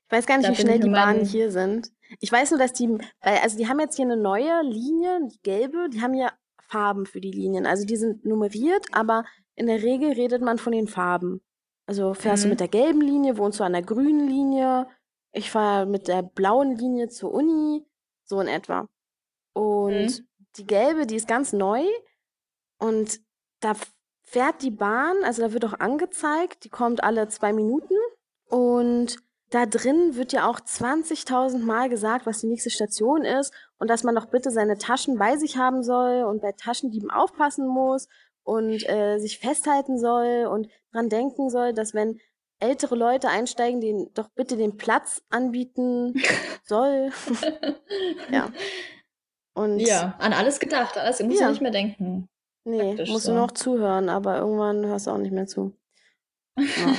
Ich weiß gar nicht, Da wie bin schnell ich die mit Bahnen meinen- hier sind. Ich weiß nur, dass die, weil, also die haben jetzt hier eine neue Linie, die gelbe, die haben ja Farben für die Linien. Also die sind nummeriert, aber in der Regel redet man von den Farben. Also fährst du Mhm. mit der gelben Linie, wohnst du an der grünen Linie. Ich fahre mit der blauen Linie zur Uni, so in etwa. Und Mhm. die gelbe, die ist ganz neu und da fährt die Bahn, also da wird auch angezeigt, die kommt alle zwei Minuten und da drin wird ja auch zwanzigtausend Mal gesagt, was die nächste Station ist und dass man doch bitte seine Taschen bei sich haben soll und bei Taschendieben aufpassen muss und äh, sich festhalten soll und dran denken soll, dass wenn ältere Leute einsteigen, denen doch bitte den Platz anbieten soll. Ja. Und Ja, an alles gedacht. Alles muss ja, Ja. nicht mehr denken. nee, Praktisch musst so. du noch zuhören, aber irgendwann hörst du auch nicht mehr zu. Ja.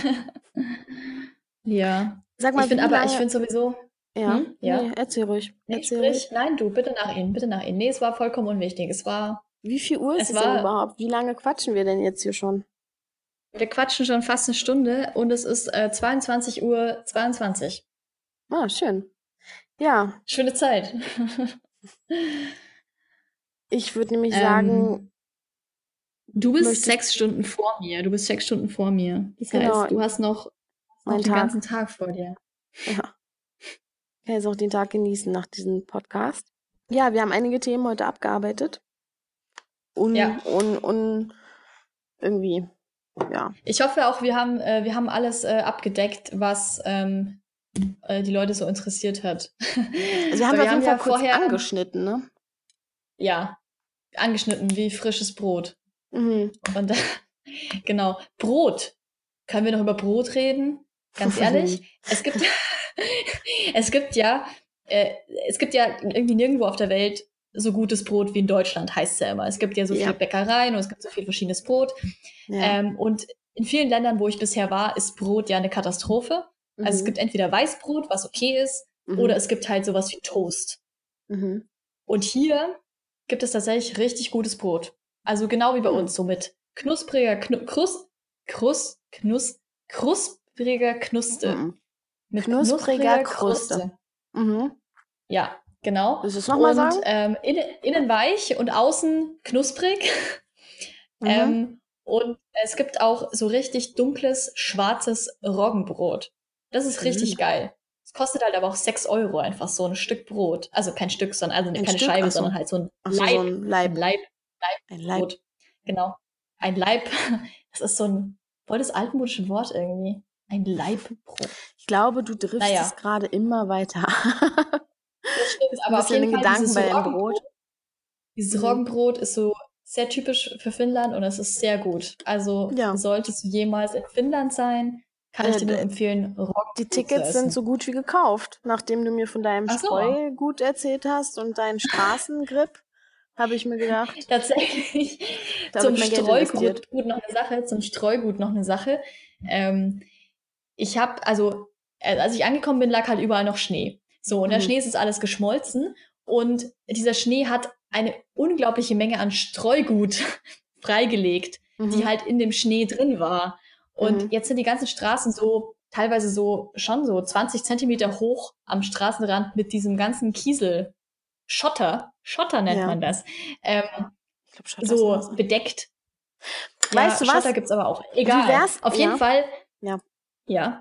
Ja. Sag mal, Ich finde wie aber, lange... ich finde sowieso. ja, Hm? Ja. nee, erzähl ruhig. Nee, erzähl sprich. ruhig. Nein, du, bitte nach Ihnen, bitte nach Ihnen. Nee, es war vollkommen unwichtig. Es war, Wie viel Uhr ist Es es denn war- überhaupt? Wie lange quatschen wir denn jetzt hier schon? wir quatschen schon fast eine Stunde und es ist äh, zweiundzwanzig Uhr zweiundzwanzig. Ah, schön. Ja, Schöne Zeit. ich würde nämlich Ähm, sagen, Du bist Möchtest- sechs Stunden vor mir. Du bist sechs Stunden vor mir. Das Genau. heißt, du hast noch, noch Mein den Tag. ganzen Tag vor dir. ja, ich kann jetzt auch den Tag genießen nach diesem Podcast. Ja, wir haben einige Themen heute abgearbeitet. Un, Ja. un, un, irgendwie, ja. Ich hoffe auch, wir haben, äh, wir haben alles äh, abgedeckt, was ähm, äh, die Leute so interessiert hat. Also wir haben Weil auf jeden Fall ja kurz vorher angeschnitten, ne? ja, angeschnitten wie frisches Brot. Mhm. Und genau, Brot. Können wir noch über Brot reden? Ganz ehrlich, es gibt, es gibt ja, äh, es gibt ja irgendwie nirgendwo auf der Welt so gutes Brot wie in Deutschland, heißt es ja immer. Es gibt ja so Ja. viele Bäckereien und es gibt so viel verschiedenes Brot. Ja. Ähm, und in vielen Ländern, wo ich bisher war, ist Brot ja eine Katastrophe. Also es Mhm. gibt entweder Weißbrot, was okay ist, Mhm. oder es gibt halt sowas wie Toast. Mhm. Und hier gibt es tatsächlich richtig gutes Brot. Also genau wie bei Hm. uns, so mit knuspriger Knu Krust, Krust, Knus, kruspriger Knuste. Mhm. Mit Knuspriger Kruste. Mhm. Ja, genau. Willst du es nochmal Und sagen? ähm, innen, innen weich und außen knusprig. Mhm. Ähm, und es gibt auch so richtig dunkles, schwarzes Roggenbrot. Das ist richtig Mhm. geil. Es kostet halt aber auch sechs Euro einfach so ein Stück Brot. Also kein Stück, sondern also Ein keine Stück? Scheibe, Ach so. sondern halt so ein Ach so, Leib. so ein Leib. Ein Leib. Ein Leib. Brot. Genau. Ein Leib. Das ist so ein voll das altmodische Wort irgendwie. Ein Leibbrot. Ich glaube, du driftest Naja. gerade immer weiter. Das stimmt, Bist ein aber auf bisschen jeden in Fall dieses Gedanken bei deinem Roggenbrot. Brot. Dieses Mhm. Roggenbrot ist so sehr typisch für Finnland und es ist sehr gut. Also Ja. solltest du jemals in Finnland sein, kann ich Äh, dir nur d- empfehlen, Roggenbrot Die zu Tickets sind essen. so gut wie gekauft. Nachdem du mir von deinem Ach so. Streugut erzählt hast und deinen Straßengrip, habe ich mir gedacht, Tatsächlich da zum wird mein Geld Streugut investiert. gut noch eine Sache, zum Streugut noch eine Sache. Ähm, ich habe, also äh, als ich angekommen bin, lag halt überall noch Schnee. So, und der Mhm. Schnee ist jetzt alles geschmolzen und dieser Schnee hat eine unglaubliche Menge an Streugut freigelegt, die Mhm. halt in dem Schnee drin war. Und Mhm. jetzt sind die ganzen Straßen so teilweise so schon so zwanzig Zentimeter hoch am Straßenrand mit diesem ganzen Kiesel. Schotter, Schotter nennt Ja. man das, ähm, Ich glaube, Schotter ist so anders. bedeckt. Weißt ja, du was? Schotter gibt's aber auch. Egal. Wie wär's- Auf jeden ja. Fall. Ja. Ja.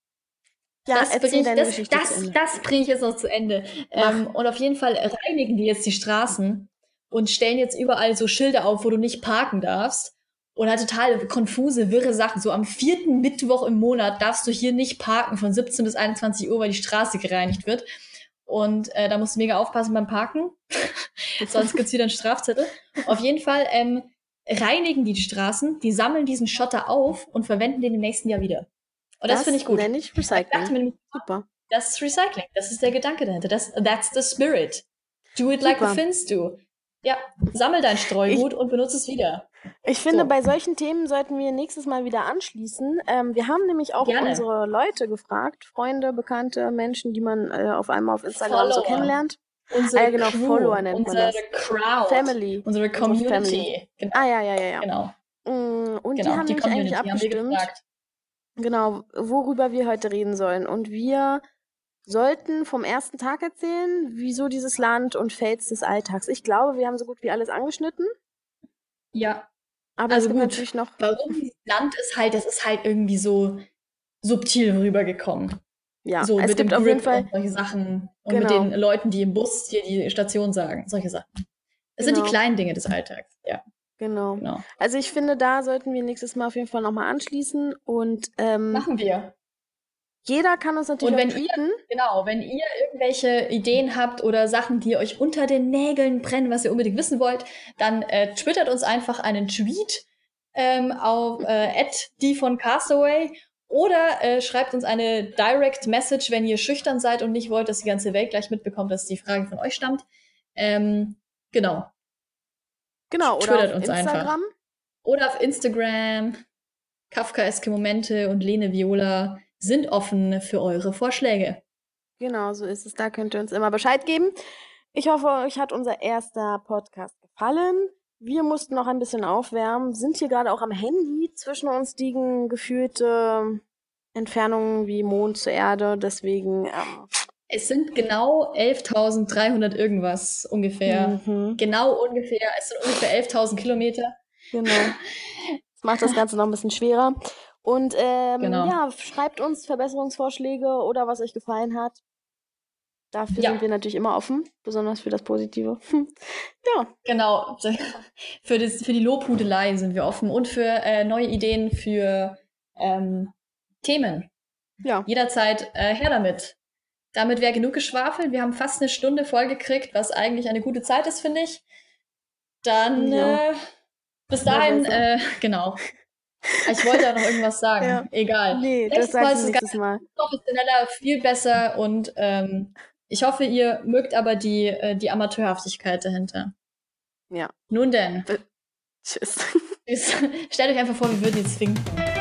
Ja, das erzähl bringe ich, deine das, Geschichte zu das, Ende. das bring ich jetzt noch zu Ende. Ähm, und auf jeden Fall reinigen die jetzt die Straßen und stellen jetzt überall so Schilder auf, wo du nicht parken darfst. Und halt total konfuse, wirre Sachen. So am vierten Mittwoch im Monat darfst du hier nicht parken von siebzehn bis einundzwanzig Uhr, weil die Straße gereinigt wird. Und äh, da musst du mega aufpassen beim Parken. Sonst gibt's wieder einen Strafzettel. Auf jeden Fall ähm, reinigen die die Straßen, die sammeln diesen Schotter auf und verwenden den im nächsten Jahr wieder. Und das, finde ich gut. nenne ich Ich dachte Recycling. mir nämlich, Super. das ist Recycling. Das ist der Gedanke dahinter. Das, that's the spirit. Do it like Super. the Finns do. Ja, sammel dein Streugut und benutze es wieder. Ich finde, So. bei solchen Themen sollten wir nächstes Mal wieder anschließen. Ähm, wir haben nämlich auch Gerne. unsere Leute gefragt, Freunde, Bekannte, Menschen, die man äh, auf einmal auf Instagram so Follower. kennenlernt. Unsere Ah, ja, genau, Crew, Follower nennt man unsere das. Crowd, Family. unsere Unsere Community. Family. Genau. Ah, ja, ja, ja, ja. genau. Mm, Und die genau. haben Die nämlich Community eigentlich haben wir abgestimmt, gefragt. genau, worüber wir heute reden sollen. Und wir sollten vom ersten Tag erzählen, wieso dieses Land und Fails des Alltags. Ich glaube, wir haben so gut wie alles angeschnitten. Ja. Aber Also es gibt gut. natürlich noch. Warum dieses Land ist halt, das ist halt irgendwie so subtil rübergekommen. Ja, so es mit gibt dem auf jeden Grip Fall. und solche Sachen. Und Genau. mit den Leuten, die im Bus dir die Station sagen. Solche Sachen. Das sind die Genau. kleinen Dinge des Alltags. Ja, Genau. genau. Also ich finde, da sollten wir nächstes Mal auf jeden Fall nochmal anschließen. Und ähm, Machen wir. jeder kann uns natürlich Und auch wenn tweeten. ihr, genau, wenn ihr irgendwelche Ideen habt oder Sachen, die euch unter den Nägeln brennen, was ihr unbedingt wissen wollt, dann äh, twittert uns einfach einen Tweet ähm, auf äh, at die von Castaway oder äh, schreibt uns eine Direct Message, wenn ihr schüchtern seid und nicht wollt, dass die ganze Welt gleich mitbekommt, dass die Frage von euch stammt. Ähm, genau. Genau, oder Twittert auf uns Instagram. einfach. Oder auf Instagram. Kafkaeske Momente und Lene Viola sind offen für eure Vorschläge. Genau, so ist es. Da könnt ihr uns immer Bescheid geben. Ich hoffe, euch hat unser erster Podcast gefallen. Wir mussten noch ein bisschen aufwärmen, sind hier gerade auch am Handy. Zwischen uns liegen gefühlte Entfernungen wie Mond zur Erde. Deswegen, ähm, Es sind genau elftausenddreihundert irgendwas ungefähr. mhm. Genau ungefähr. Es sind ungefähr elftausend Kilometer. Genau. Das macht das Ganze noch ein bisschen schwerer. Und ähm, Genau. ja, schreibt uns Verbesserungsvorschläge oder was euch gefallen hat. Dafür Ja. sind wir natürlich immer offen, besonders für das Positive. Ja, Genau. Für, das, für die Lobhudelei sind wir offen und für äh, neue Ideen für ähm, Themen. ja, Jederzeit äh, her damit. Damit wäre genug geschwafelt. Wir haben fast eine Stunde vollgekriegt, was eigentlich eine gute Zeit ist, finde ich. Dann Ja. äh, bis War dahin, besser. äh, genau. Ich wollte ja noch irgendwas sagen. Ja. Egal. Nee, Nächstes das Mal sagst ist du es nächstes Mal. professioneller, viel besser und ähm, ich hoffe, ihr mögt aber die, äh, die Amateurhaftigkeit dahinter. Ja. Nun denn. Tschüss. Stellt euch einfach vor, wir würden jetzt winken.